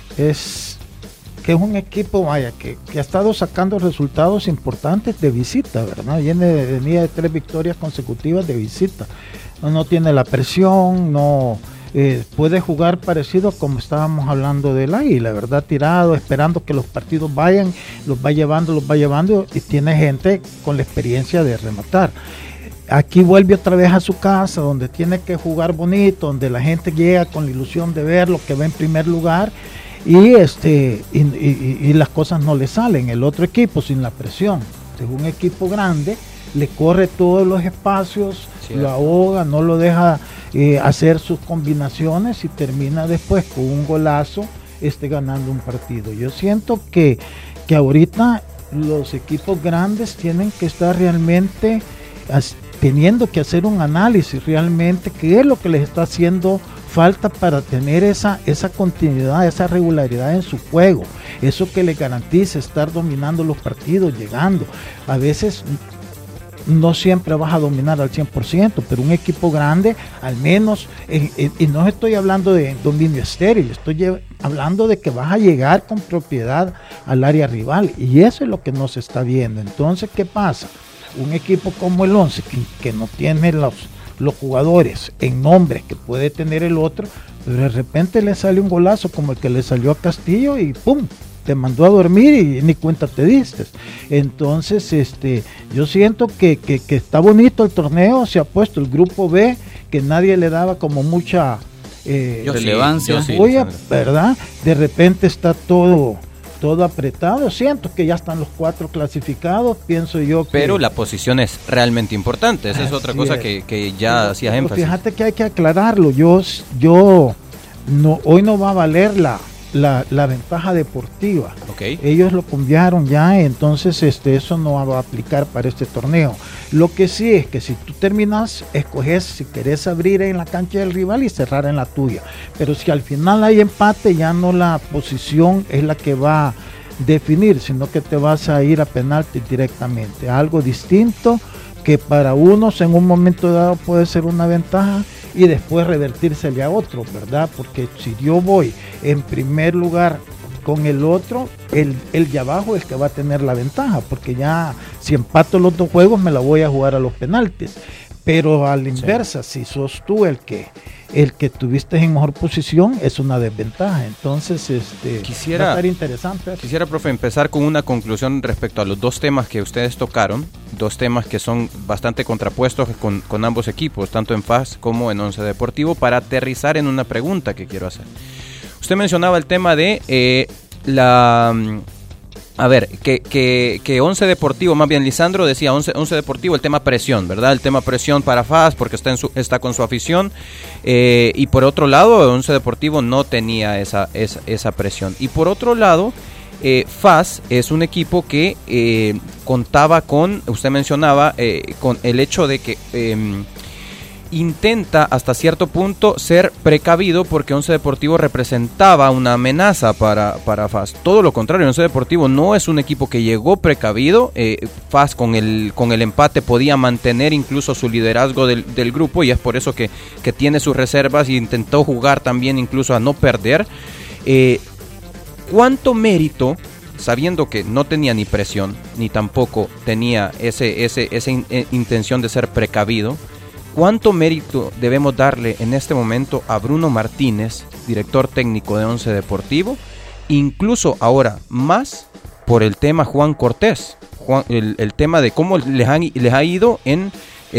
que es un equipo, vaya, que ha estado sacando resultados importantes de visita, ¿verdad? Venía de 3 victorias consecutivas de visita. No tiene la presión, no puede jugar parecido como estábamos hablando del Águila, ¿verdad? Tirado, esperando que los partidos vayan, los va llevando, y tiene gente con la experiencia de rematar. Aquí vuelve otra vez a su casa, donde tiene que jugar bonito, donde la gente llega con la ilusión de ver lo que va en primer lugar, y las cosas no le salen. El otro equipo, sin la presión, es un equipo grande, le corre todos los espacios, lo ahoga, no lo deja hacer sus combinaciones, y termina después con un golazo ganando un partido. Yo siento que ahorita los equipos grandes tienen que estar realmente teniendo que hacer un análisis realmente qué es lo que les está haciendo falta para tener esa continuidad, esa regularidad en su juego, eso que les garantice estar dominando los partidos, llegando. A veces no siempre vas a dominar al 100%, pero un equipo grande, al menos, y no estoy hablando de dominio estéril, estoy hablando de que vas a llegar con propiedad al área rival, y eso es lo que no se está viendo. Entonces, ¿qué pasa? Un equipo como el Once, que no tiene los jugadores en nombre que puede tener el otro, pero de repente le sale un golazo como el que le salió a Castillo y ¡pum!, te mandó a dormir y ni cuenta te diste. Entonces yo siento que está bonito el torneo, se ha puesto el grupo B, que nadie le daba como mucha relevancia, ¿verdad? De repente está todo apretado. Siento que ya están los 4 clasificados, pienso yo que... Pero la posición es realmente importante, esa es otra cosa que ya hacía énfasis. Fíjate que hay que aclararlo, hoy no va a valer la ventaja deportiva. Okay. Ellos lo cambiaron ya, entonces eso no va a aplicar para este torneo. Lo que sí es que si tú terminas, escoges si querés abrir en la cancha del rival y cerrar en la tuya, pero si al final hay empate, ya no la posición es la que va a definir, sino que te vas a ir a penalti directamente, algo distinto que para unos en un momento dado puede ser una ventaja y después revertírsele a otro, ¿verdad? Porque si yo voy en primer lugar con el otro, el de abajo es el que va a tener la ventaja, porque ya si empato los 2 juegos me la voy a jugar a los penaltis. Pero a la inversa, si sos tú el que tuviste en mejor posición, es una desventaja. Entonces, va a estar interesante. Quisiera, profe, empezar con una conclusión respecto a los 2 temas que ustedes tocaron, 2 temas que son bastante contrapuestos con ambos equipos, tanto en FAS como en Once Deportivo, para aterrizar en una pregunta que quiero hacer. Usted mencionaba el tema de que Once Deportivo, más bien Lisandro decía Once Deportivo, el tema presión, ¿verdad? El tema presión para FAS porque está con su afición, y por otro lado Once Deportivo no tenía esa presión, y por otro lado FAS es un equipo que contaba con, usted mencionaba, con el hecho de que intenta hasta cierto punto ser precavido porque Once Deportivo representaba una amenaza para FAS. Todo lo contrario, Once Deportivo no es un equipo que llegó precavido. FAS con el empate podía mantener incluso su liderazgo del grupo, y es por eso que tiene sus reservas y intentó jugar también incluso a no perder. ¿Cuánto mérito, sabiendo que no tenía ni presión ni tampoco tenía esa intención de ser precavido, cuánto mérito debemos darle en este momento a Bruno Martínez, director técnico de Once Deportivo, incluso ahora más por el tema Juan Cortés, el tema de cómo les ha ido en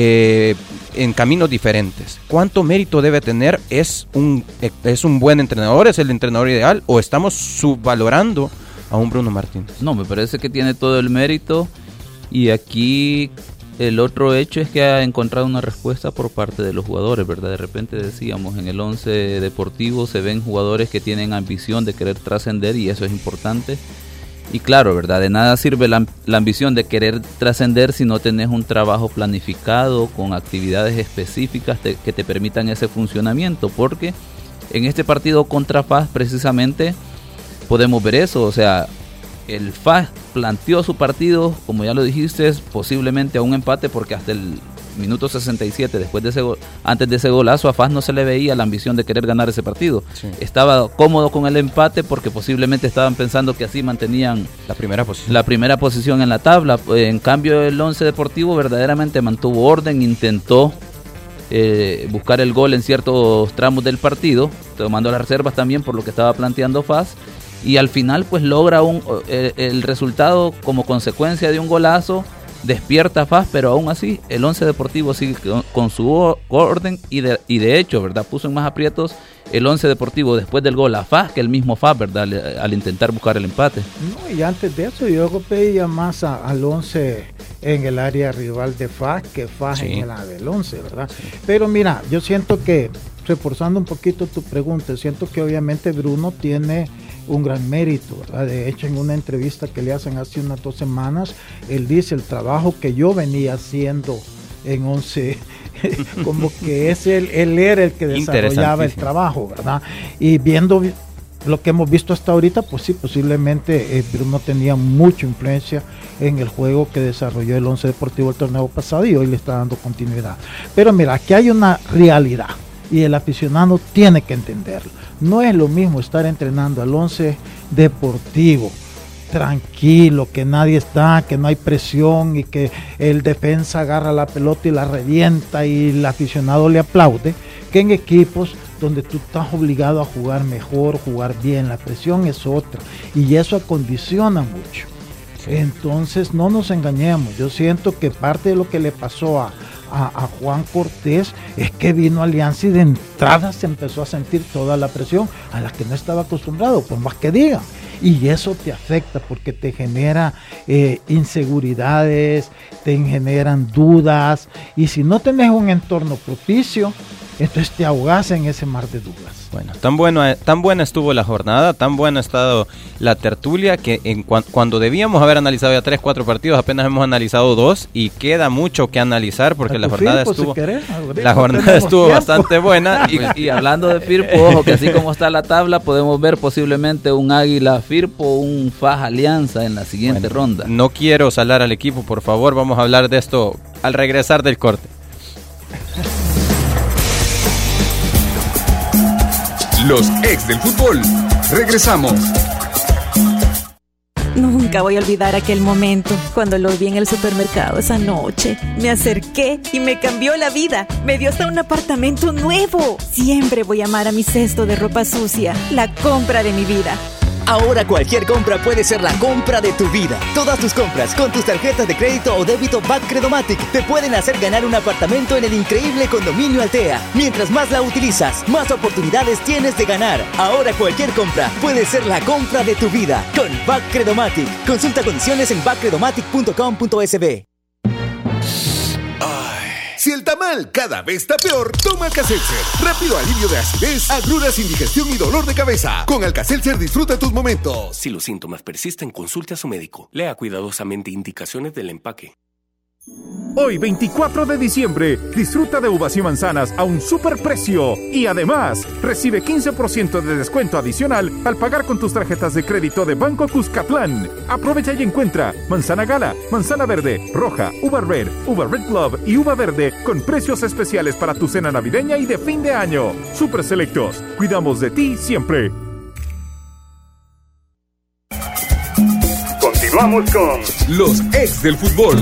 caminos diferentes? ¿Cuánto mérito debe tener? ¿Es un buen entrenador? ¿Es el entrenador ideal? ¿O estamos subvalorando a un Bruno Martínez? No, me parece que tiene todo el mérito, y aquí el otro hecho es que ha encontrado una respuesta por parte de los jugadores, ¿verdad? De repente decíamos, en el Once Deportivo se ven jugadores que tienen ambición de querer trascender, y eso es importante. Y claro, ¿verdad? De nada sirve la ambición de querer trascender si no tenés un trabajo planificado con actividades específicas que te permitan ese funcionamiento, porque en este partido contra FAS precisamente podemos ver eso. O sea, el FAS planteó su partido, como ya lo dijiste, posiblemente a un empate, porque hasta el minuto 67, antes de ese golazo, a FAS no se le veía la ambición de querer ganar ese partido. Sí. Estaba cómodo con el empate porque posiblemente estaban pensando que así mantenían la primera posición en la tabla. En cambio, el Once Deportivo verdaderamente mantuvo orden, intentó buscar el gol en ciertos tramos del partido, tomando las reservas también por lo que estaba planteando FAS, y al final pues logra el resultado como consecuencia de un golazo. Despierta FAS, pero aún así el Once Deportivo sigue con su orden, y de hecho, ¿verdad?, puso en más aprietos el Once Deportivo después del gol a FAS que el mismo FAS, ¿verdad?, al intentar buscar el empate. No, y antes de eso yo veía más al Once en el área rival de FAS que FAS en la del Once, ¿verdad? Sí. Pero mira, yo siento que, reforzando un poquito tu pregunta, siento que obviamente Bruno tiene un gran mérito, ¿verdad? De hecho, en una entrevista que le hacen hace unas 2 semanas, él dice: el trabajo que yo venía haciendo en Once, como que él era el que desarrollaba el trabajo, ¿verdad? Y viendo lo que hemos visto hasta ahorita, pues sí, posiblemente Bruno tenía mucha influencia en el juego que desarrolló el Once Deportivo el torneo pasado, y hoy le está dando continuidad. Pero mira, aquí hay una realidad, y el aficionado tiene que entenderlo. No es lo mismo estar entrenando al Once Deportivo tranquilo, que nadie está, que no hay presión, y que el defensa agarra la pelota y la revienta y el aficionado le aplaude, que en equipos donde tú estás obligado a jugar mejor, jugar bien. La presión es otra, y eso acondiciona mucho. Entonces no nos engañemos. Yo siento que parte de lo que le pasó a Juan Cortés es que vino a Alianza y de entrada se empezó a sentir toda la presión a la que no estaba acostumbrado, por más que digan, y eso te afecta porque te genera inseguridades, te generan dudas, y si no tenés un entorno propicio, entonces te ahogas en ese mar de dudas. Bueno, tan buena estuvo la jornada, tan buena ha estado la tertulia, que cuando debíamos haber analizado ya 3-4 partidos, apenas hemos analizado 2, y queda mucho que analizar porque la jornada estuvo bastante buena. Y hablando de Firpo, ojo que así como está la tabla, podemos ver posiblemente un Águila Firpo, un FAS Alianza en la siguiente ronda. No quiero salar al equipo, por favor, vamos a hablar de esto al regresar del corte. Los ex del fútbol. Regresamos. Nunca voy a olvidar aquel momento cuando lo vi en el supermercado esa noche. Me acerqué y me cambió la vida. Me dio hasta un apartamento nuevo. Siempre voy a amar a mi cesto de ropa sucia, la compra de mi vida. Ahora cualquier compra puede ser la compra de tu vida. Todas tus compras con tus tarjetas de crédito o débito Bacredomatic te pueden hacer ganar un apartamento en el increíble condominio Altea. Mientras más la utilizas, más oportunidades tienes de ganar. Ahora cualquier compra puede ser la compra de tu vida con Bacredomatic. Consulta condiciones en bacredomatic.com.sb. Si el tamal cada vez está peor, toma Alka-Seltzer. Rápido alivio de acidez, agruras, indigestión y dolor de cabeza. Con Alka-Seltzer disfruta tus momentos. Si los síntomas persisten, consulte a su médico. Lea cuidadosamente indicaciones del empaque. Hoy, 24 de diciembre, disfruta de uvas y manzanas a un superprecio. Y además, recibe 15% de descuento adicional al pagar con tus tarjetas de crédito de Banco Cuscatlán. Aprovecha y encuentra manzana gala, manzana verde, roja, uva red club y uva verde con precios especiales para tu cena navideña y de fin de año. Super selectos. Cuidamos de ti siempre. Continuamos con los ex del fútbol.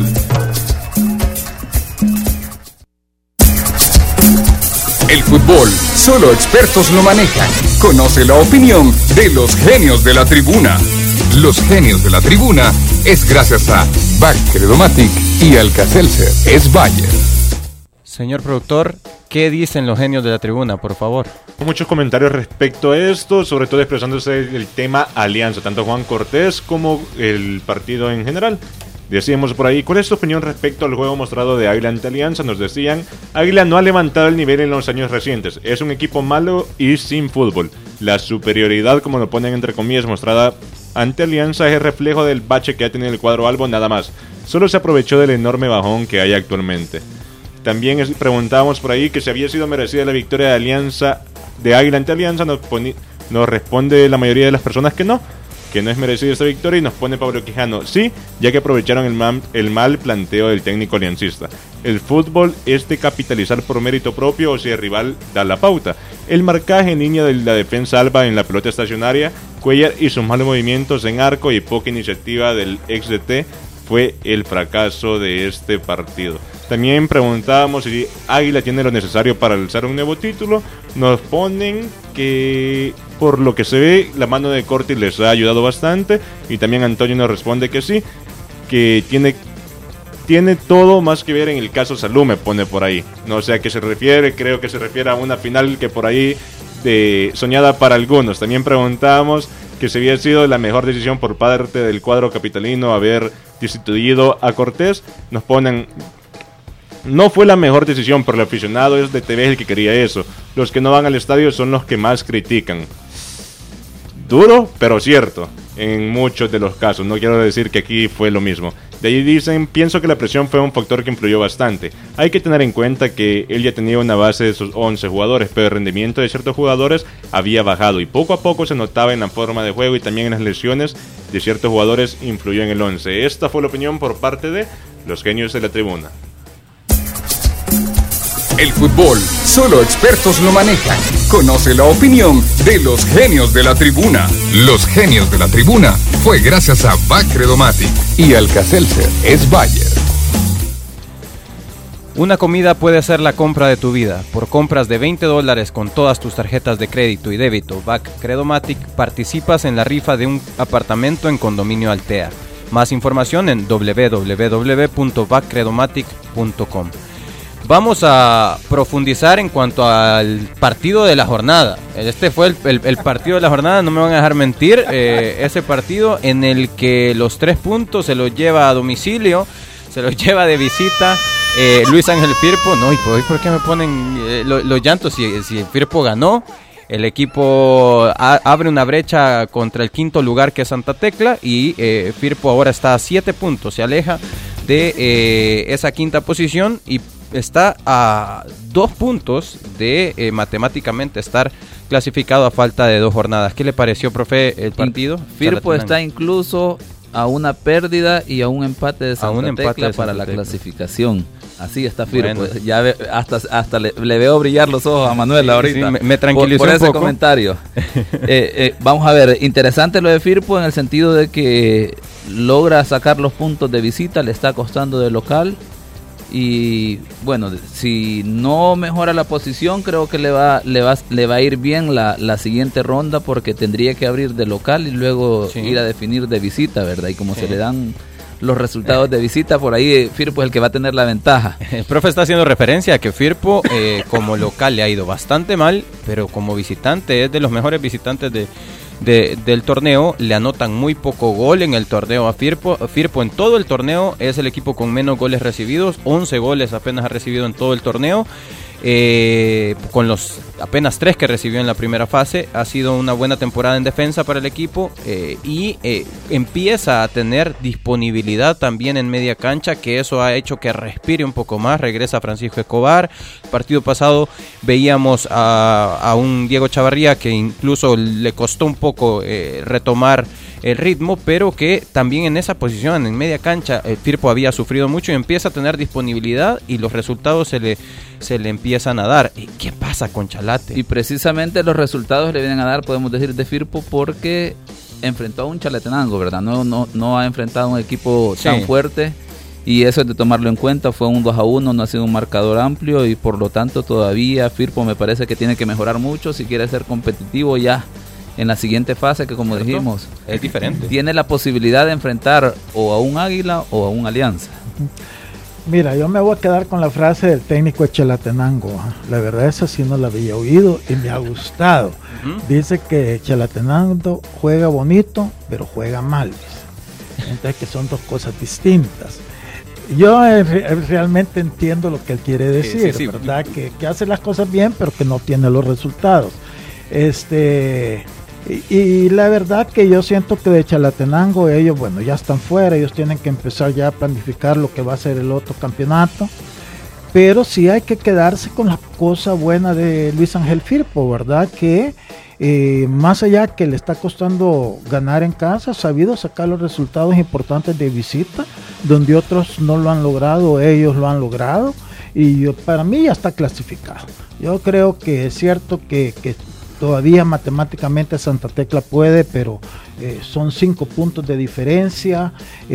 El fútbol, solo expertos lo manejan. Conoce la opinión de los genios de la tribuna. Los genios de la tribuna es gracias a BAC Credomatic y Alka-Seltzer es Bayer. Señor productor, ¿qué dicen los genios de la tribuna, por favor? Muchos comentarios respecto a esto, sobre todo expresándose el tema Alianza, tanto Juan Cortés como el partido en general. Decíamos por ahí, ¿cuál es tu opinión respecto al juego mostrado de Águila ante Alianza? Nos decían, Águila no ha levantado el nivel en los años recientes, es un equipo malo y sin fútbol. La superioridad, como lo ponen entre comillas, mostrada ante Alianza es el reflejo del bache que ha tenido el cuadro albo, nada más. Solo se aprovechó del enorme bajón que hay actualmente. También preguntábamos por ahí que si había sido merecida la victoria de Alianza, de Águila ante Alianza, nos responde la mayoría de las personas que no es merecida esta victoria, y nos pone Pablo Quijano, sí, ya que aprovecharon el mal planteo del técnico aliancista. El fútbol es de capitalizar por mérito propio o si el rival da la pauta. El marcaje en línea de la defensa alba en la pelota estacionaria, Cuellar y sus malos movimientos en arco y poca iniciativa del ex DT fue el fracaso de este partido. También preguntábamos si Águila tiene lo necesario para alzar un nuevo título. Nos ponen que por lo que se ve la mano de Corti les ha ayudado bastante, y también Antonio nos responde que sí, que tiene todo más que ver en el caso Salud, me pone por ahí. No sé a qué se refiere, creo que se refiere a una final que por ahí soñada para algunos. También preguntábamos que si había sido la mejor decisión por parte del cuadro capitalino haber destituido a Cortés. Nos ponen, no fue la mejor decisión, pero el aficionado es de TV el que quería eso. Los que no van al estadio son los que más critican. Duro, pero cierto, en muchos de los casos. No quiero decir que aquí fue lo mismo. De ahí dicen, pienso que la presión fue un factor que influyó bastante. Hay que tener en cuenta que él ya tenía una base de sus 11 jugadores, pero el rendimiento de ciertos jugadores había bajado y poco a poco se notaba en la forma de juego y también en las lesiones de ciertos jugadores influyó en el 11. Esta fue la opinión por parte de los genios de la tribuna. El fútbol, solo expertos lo manejan. Conoce la opinión de los genios de la tribuna. Los genios de la tribuna fue gracias a BAC Credomatic y Alka-Seltzer es Bayer. Una comida puede ser la compra de tu vida. Por compras de $20 con todas tus tarjetas de crédito y débito BAC Credomatic, participas en la rifa de un apartamento en Condominio Altea. Más información en www.baccredomatic.com. Vamos a profundizar en cuanto al partido de la jornada. Este fue el partido de la jornada, no me van a dejar mentir. Ese partido en el que los 3 puntos se los lleva a domicilio, se los lleva de visita Luis Ángel Firpo. No, ¿y por qué me ponen los llantos si Firpo ganó? El equipo abre una brecha contra el 5º lugar, que es Santa Tecla, y Firpo ahora está a 7 puntos, se aleja de esa 5ª posición y está a 2 puntos de matemáticamente estar clasificado a falta de 2 jornadas. ¿Qué le pareció, profe, el partido? Firpo está incluso a una pérdida y a un empate de Santa Tecla para la clasificación. Así está Firpo. Bueno. Ya hasta le veo brillar los ojos a Manuel ahorita. Sí, me tranquilizó por ese un poco. Comentario. Vamos a ver, interesante lo de Firpo en el sentido de que logra sacar los puntos de visita, le está costando de local. Y bueno, si no mejora la posición, creo que le va a ir bien la siguiente ronda, porque tendría que abrir de local y luego ir a definir de visita, ¿verdad? Y como se le dan los resultados de visita, por ahí Firpo es el que va a tener la ventaja. El profe está haciendo referencia a que Firpo como local le ha ido bastante mal, pero como visitante es de los mejores visitantes del torneo, le anotan muy poco gol en el torneo a Firpo. Firpo en todo el torneo es el equipo con menos goles recibidos, 11 goles apenas ha recibido en todo el torneo. Con los apenas 3 que recibió en la primera fase. Ha sido una buena temporada en defensa para el equipo, y empieza a tener disponibilidad también en media cancha, que eso ha hecho que respire un poco más. Regresa Francisco Escobar. El partido pasado veíamos a un Diego Chavarría que incluso le costó un poco retomar el ritmo, pero que también en esa posición, en media cancha, Firpo había sufrido mucho y empieza a tener disponibilidad y los resultados se le empiezan a dar. ¿Qué pasa con Chalate? Y precisamente los resultados le vienen a dar, podemos decir, de Firpo, porque enfrentó a un Chalatenango, ¿verdad? No ha enfrentado a un equipo tan fuerte, y eso es de tomarlo en cuenta. Fue un 2-1, no ha sido un marcador amplio, y por lo tanto todavía Firpo me parece que tiene que mejorar mucho si quiere ser competitivo ya en la siguiente fase, que como dijimos, es diferente. Tiene la posibilidad de enfrentar o a un Águila o a un Alianza. Mira, yo me voy a quedar con la frase del técnico de Chalatenango. La verdad, esa sí no la había oído y me ha gustado. Dice que Chalatenango juega bonito, pero juega mal. Entonces, que son dos cosas distintas. Yo realmente entiendo lo que él quiere decir, sí. ¿Verdad? Que hace las cosas bien, pero que no obtiene los resultados. Y la verdad que yo siento que de Chalatenango ellos, bueno, ya están fuera, ellos tienen que empezar ya a planificar lo que va a ser el otro campeonato, pero sí hay que quedarse con la cosa buena de Luis Ángel Firpo, ¿verdad? Que más allá que le está costando ganar en casa, ha sabido sacar los resultados importantes de visita, donde otros no lo han logrado, ellos lo han logrado, y para mí ya está clasificado. Yo creo que es cierto que todavía matemáticamente Santa Tecla puede, pero son 5 puntos de diferencia.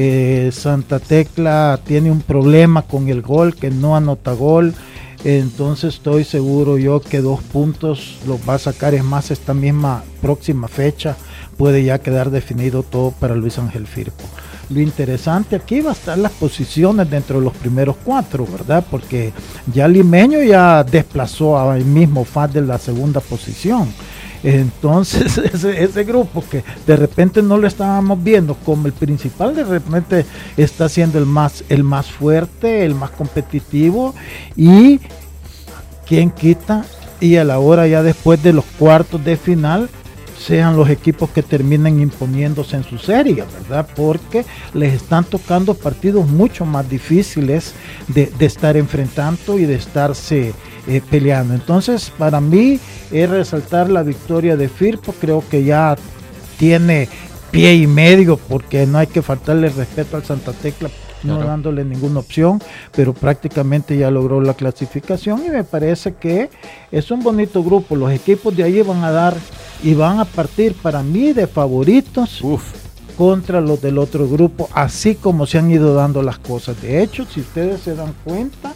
Santa Tecla tiene un problema con el gol, que no anota gol. Entonces estoy seguro yo que 2 puntos los va a sacar. Es más, esta misma próxima fecha puede ya quedar definido todo para Luis Ángel Firpo. Lo interesante aquí va a estar las posiciones dentro de los primeros 4, ¿verdad? Porque ya Limeño ya desplazó a el mismo FAS de la segunda posición. Entonces ese grupo que de repente no lo estábamos viendo como el principal, de repente está siendo el más fuerte, el más competitivo, y quién quita y a la hora ya después de los cuartos de final sean los equipos que terminen imponiéndose en su serie, ¿verdad? Porque les están tocando partidos mucho más difíciles de estar enfrentando y de estarse peleando. Entonces, para mí es resaltar la victoria de Firpo. Creo que ya tiene pie y medio, porque no hay que faltarle respeto al Santa Tecla, no dándole ninguna opción, pero prácticamente ya logró la clasificación, y me parece que es un bonito grupo. Los equipos de ahí van a dar y van a partir para mí de favoritos contra los del otro grupo, así como se han ido dando las cosas. De hecho, si ustedes se dan cuenta,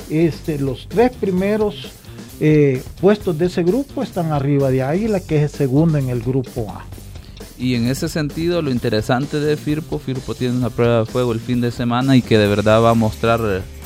los 3 primeros puestos de ese grupo están arriba de Águila, que es el segundo en el grupo A. Y en ese sentido, lo interesante de Firpo tiene una prueba de fuego el fin de semana, y que de verdad va a mostrar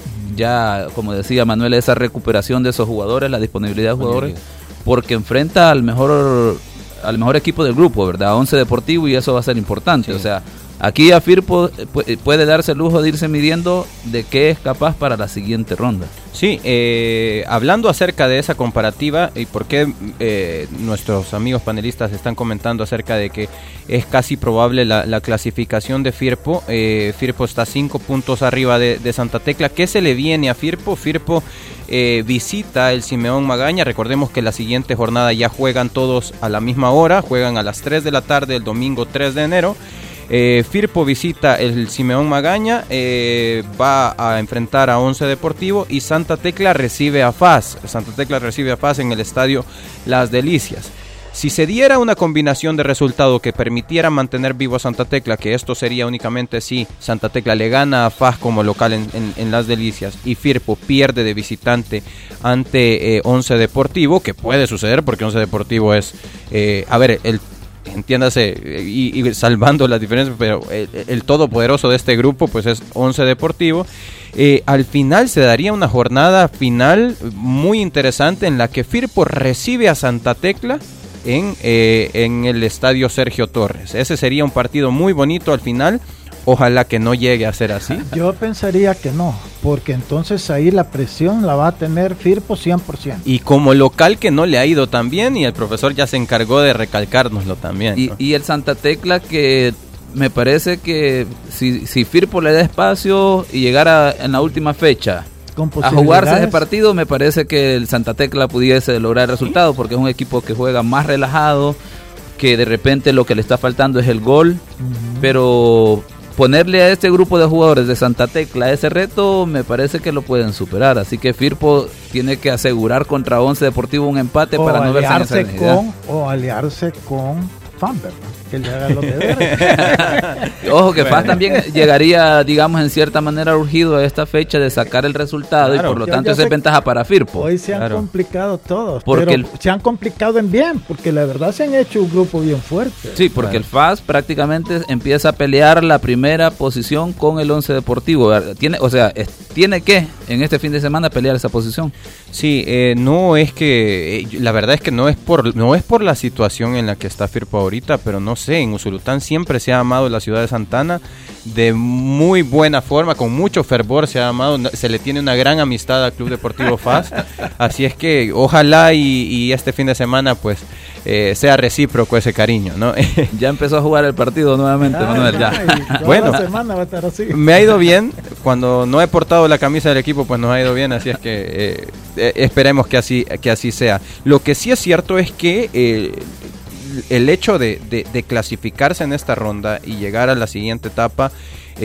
ya, como decía Manuel, esa recuperación de esos jugadores, la disponibilidad de jugadores, porque enfrenta al mejor equipo del grupo, ¿verdad? 11 Deportivo, y eso va a ser importante. Sí. O sea, aquí a Firpo puede darse el lujo de irse midiendo de qué es capaz para la siguiente ronda. Sí, hablando acerca de esa comparativa y por qué nuestros amigos panelistas están comentando acerca de que es casi probable la clasificación de Firpo. Firpo está 5 puntos arriba de Santa Tecla. ¿Qué se le viene a Firpo? Firpo visita el Simeón Magaña. Recordemos que la siguiente jornada ya juegan todos a la misma hora, juegan a las 3 de la tarde el domingo 3 de enero. Firpo visita el Simeón Magaña, va a enfrentar a Once Deportivo, y Santa Tecla recibe a FAS. Santa Tecla recibe a FAS en el estadio Las Delicias. Si se diera una combinación de resultado que permitiera mantener vivo a Santa Tecla, que esto sería únicamente si Santa Tecla le gana a FAS como local en Las Delicias y Firpo pierde de visitante ante Once Deportivo, que puede suceder porque Once Deportivo es, entiéndase, y salvando las diferencias, pero el todopoderoso de este grupo pues es Once Deportivo. Al final se daría una jornada final muy interesante en la que Firpo recibe a Santa Tecla en el estadio Sergio Torres. Ese sería un partido muy bonito al final. Ojalá que no llegue a ser así. Yo pensaría que no, porque entonces ahí la presión la va a tener Firpo 100%. Y como local que no le ha ido tan bien, y el profesor ya se encargó de recalcárnoslo también, ¿no? Y el Santa Tecla, que me parece que si Firpo le da espacio y llegara en la última fecha a jugarse ese partido, me parece que el Santa Tecla pudiese lograr el resultado, porque es un equipo que juega más relajado, que de repente lo que le está faltando es el gol, pero ponerle a este grupo de jugadores de Santa Tecla ese reto, me parece que lo pueden superar. Así que Firpo tiene que asegurar contra Once Deportivo un empate para no verse en esa necesidad. O aliarse con Famberg, que le haga los deberes. Ojo que FAS también llegaría, digamos, en cierta manera urgido a esta fecha de sacar el resultado, claro, y por lo tanto esa es ventaja para Firpo. Hoy se han complicado todos, pero se han complicado en bien, porque la verdad se han hecho un grupo bien fuerte. Sí, porque el FAS prácticamente empieza a pelear la primera posición con el Once Deportivo. Tiene que en este fin de semana pelear esa posición. Sí, no es que, la verdad es que no es por la situación en la que está Firpo ahorita, pero no sé, en Usulután siempre se ha amado la ciudad de Santa Ana de muy buena forma, con mucho fervor se ha amado, se le tiene una gran amistad al Club Deportivo FAS, así es que ojalá y este fin de semana pues sea recíproco ese cariño, ¿no? Ya empezó a jugar el partido nuevamente, Manuel, ya. Bueno, la semana va a estar así. Me ha ido bien, cuando no he portado la camisa del equipo pues nos ha ido bien, así es que esperemos que así sea. Lo que sí es cierto es que el hecho de clasificarse en esta ronda y llegar a la siguiente etapa,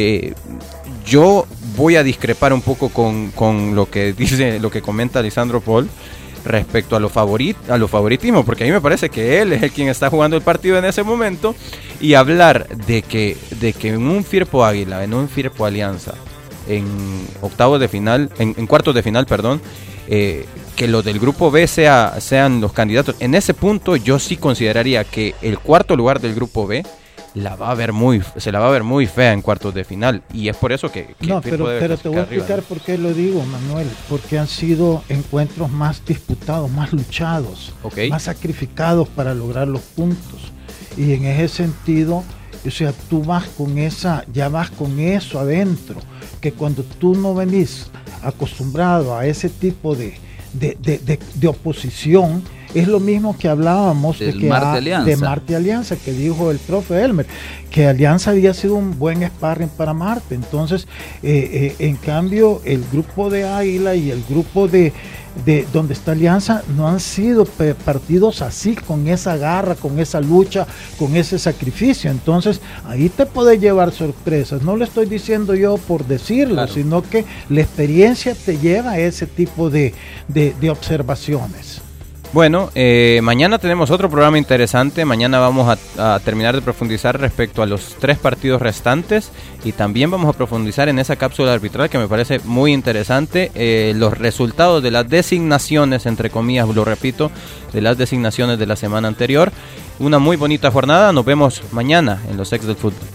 yo voy a discrepar un poco con lo que comenta Lisandro Paul respecto a lo favoritismo, porque a mí me parece que él es el quien está jugando el partido en ese momento, y hablar de que en un Firpo Águila, en un Firpo Alianza, en cuartos de final, perdón, que los del grupo B sean los candidatos. En ese punto yo sí consideraría que el cuarto lugar del grupo B se la va a ver muy fea en cuartos de final, y es por eso que no, pero te voy a explicar por qué lo digo, Manuel, porque han sido encuentros más disputados, más luchados, más sacrificados para lograr los puntos, y en ese sentido, o sea, tú vas con eso adentro, que cuando tú no venís acostumbrado a ese tipo de oposición, es lo mismo que hablábamos de Marte Alianza, que dijo el profe Elmer, que Alianza había sido un buen sparring para Marte. Entonces, en cambio, el grupo de Águila y el grupo de donde está Alianza no han sido partidos así, con esa garra, con esa lucha, con ese sacrificio. Entonces ahí te puede llevar sorpresas. No lo estoy diciendo yo por decirlo, claro, sino que la experiencia te lleva a ese tipo de observaciones. Bueno, mañana tenemos otro programa interesante. Mañana vamos a terminar de profundizar respecto a los 3 partidos restantes, y también vamos a profundizar en esa cápsula arbitral que me parece muy interesante, los resultados de las designaciones, entre comillas, lo repito, de las designaciones de la semana anterior. Una muy bonita jornada. Nos vemos mañana en los Ex del Fútbol.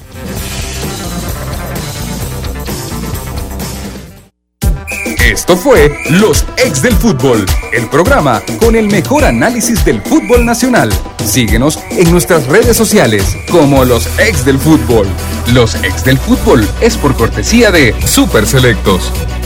Esto fue Los Ex del Fútbol, el programa con el mejor análisis del fútbol nacional. Síguenos en nuestras redes sociales como Los Ex del Fútbol. Los Ex del Fútbol es por cortesía de Super Selectos.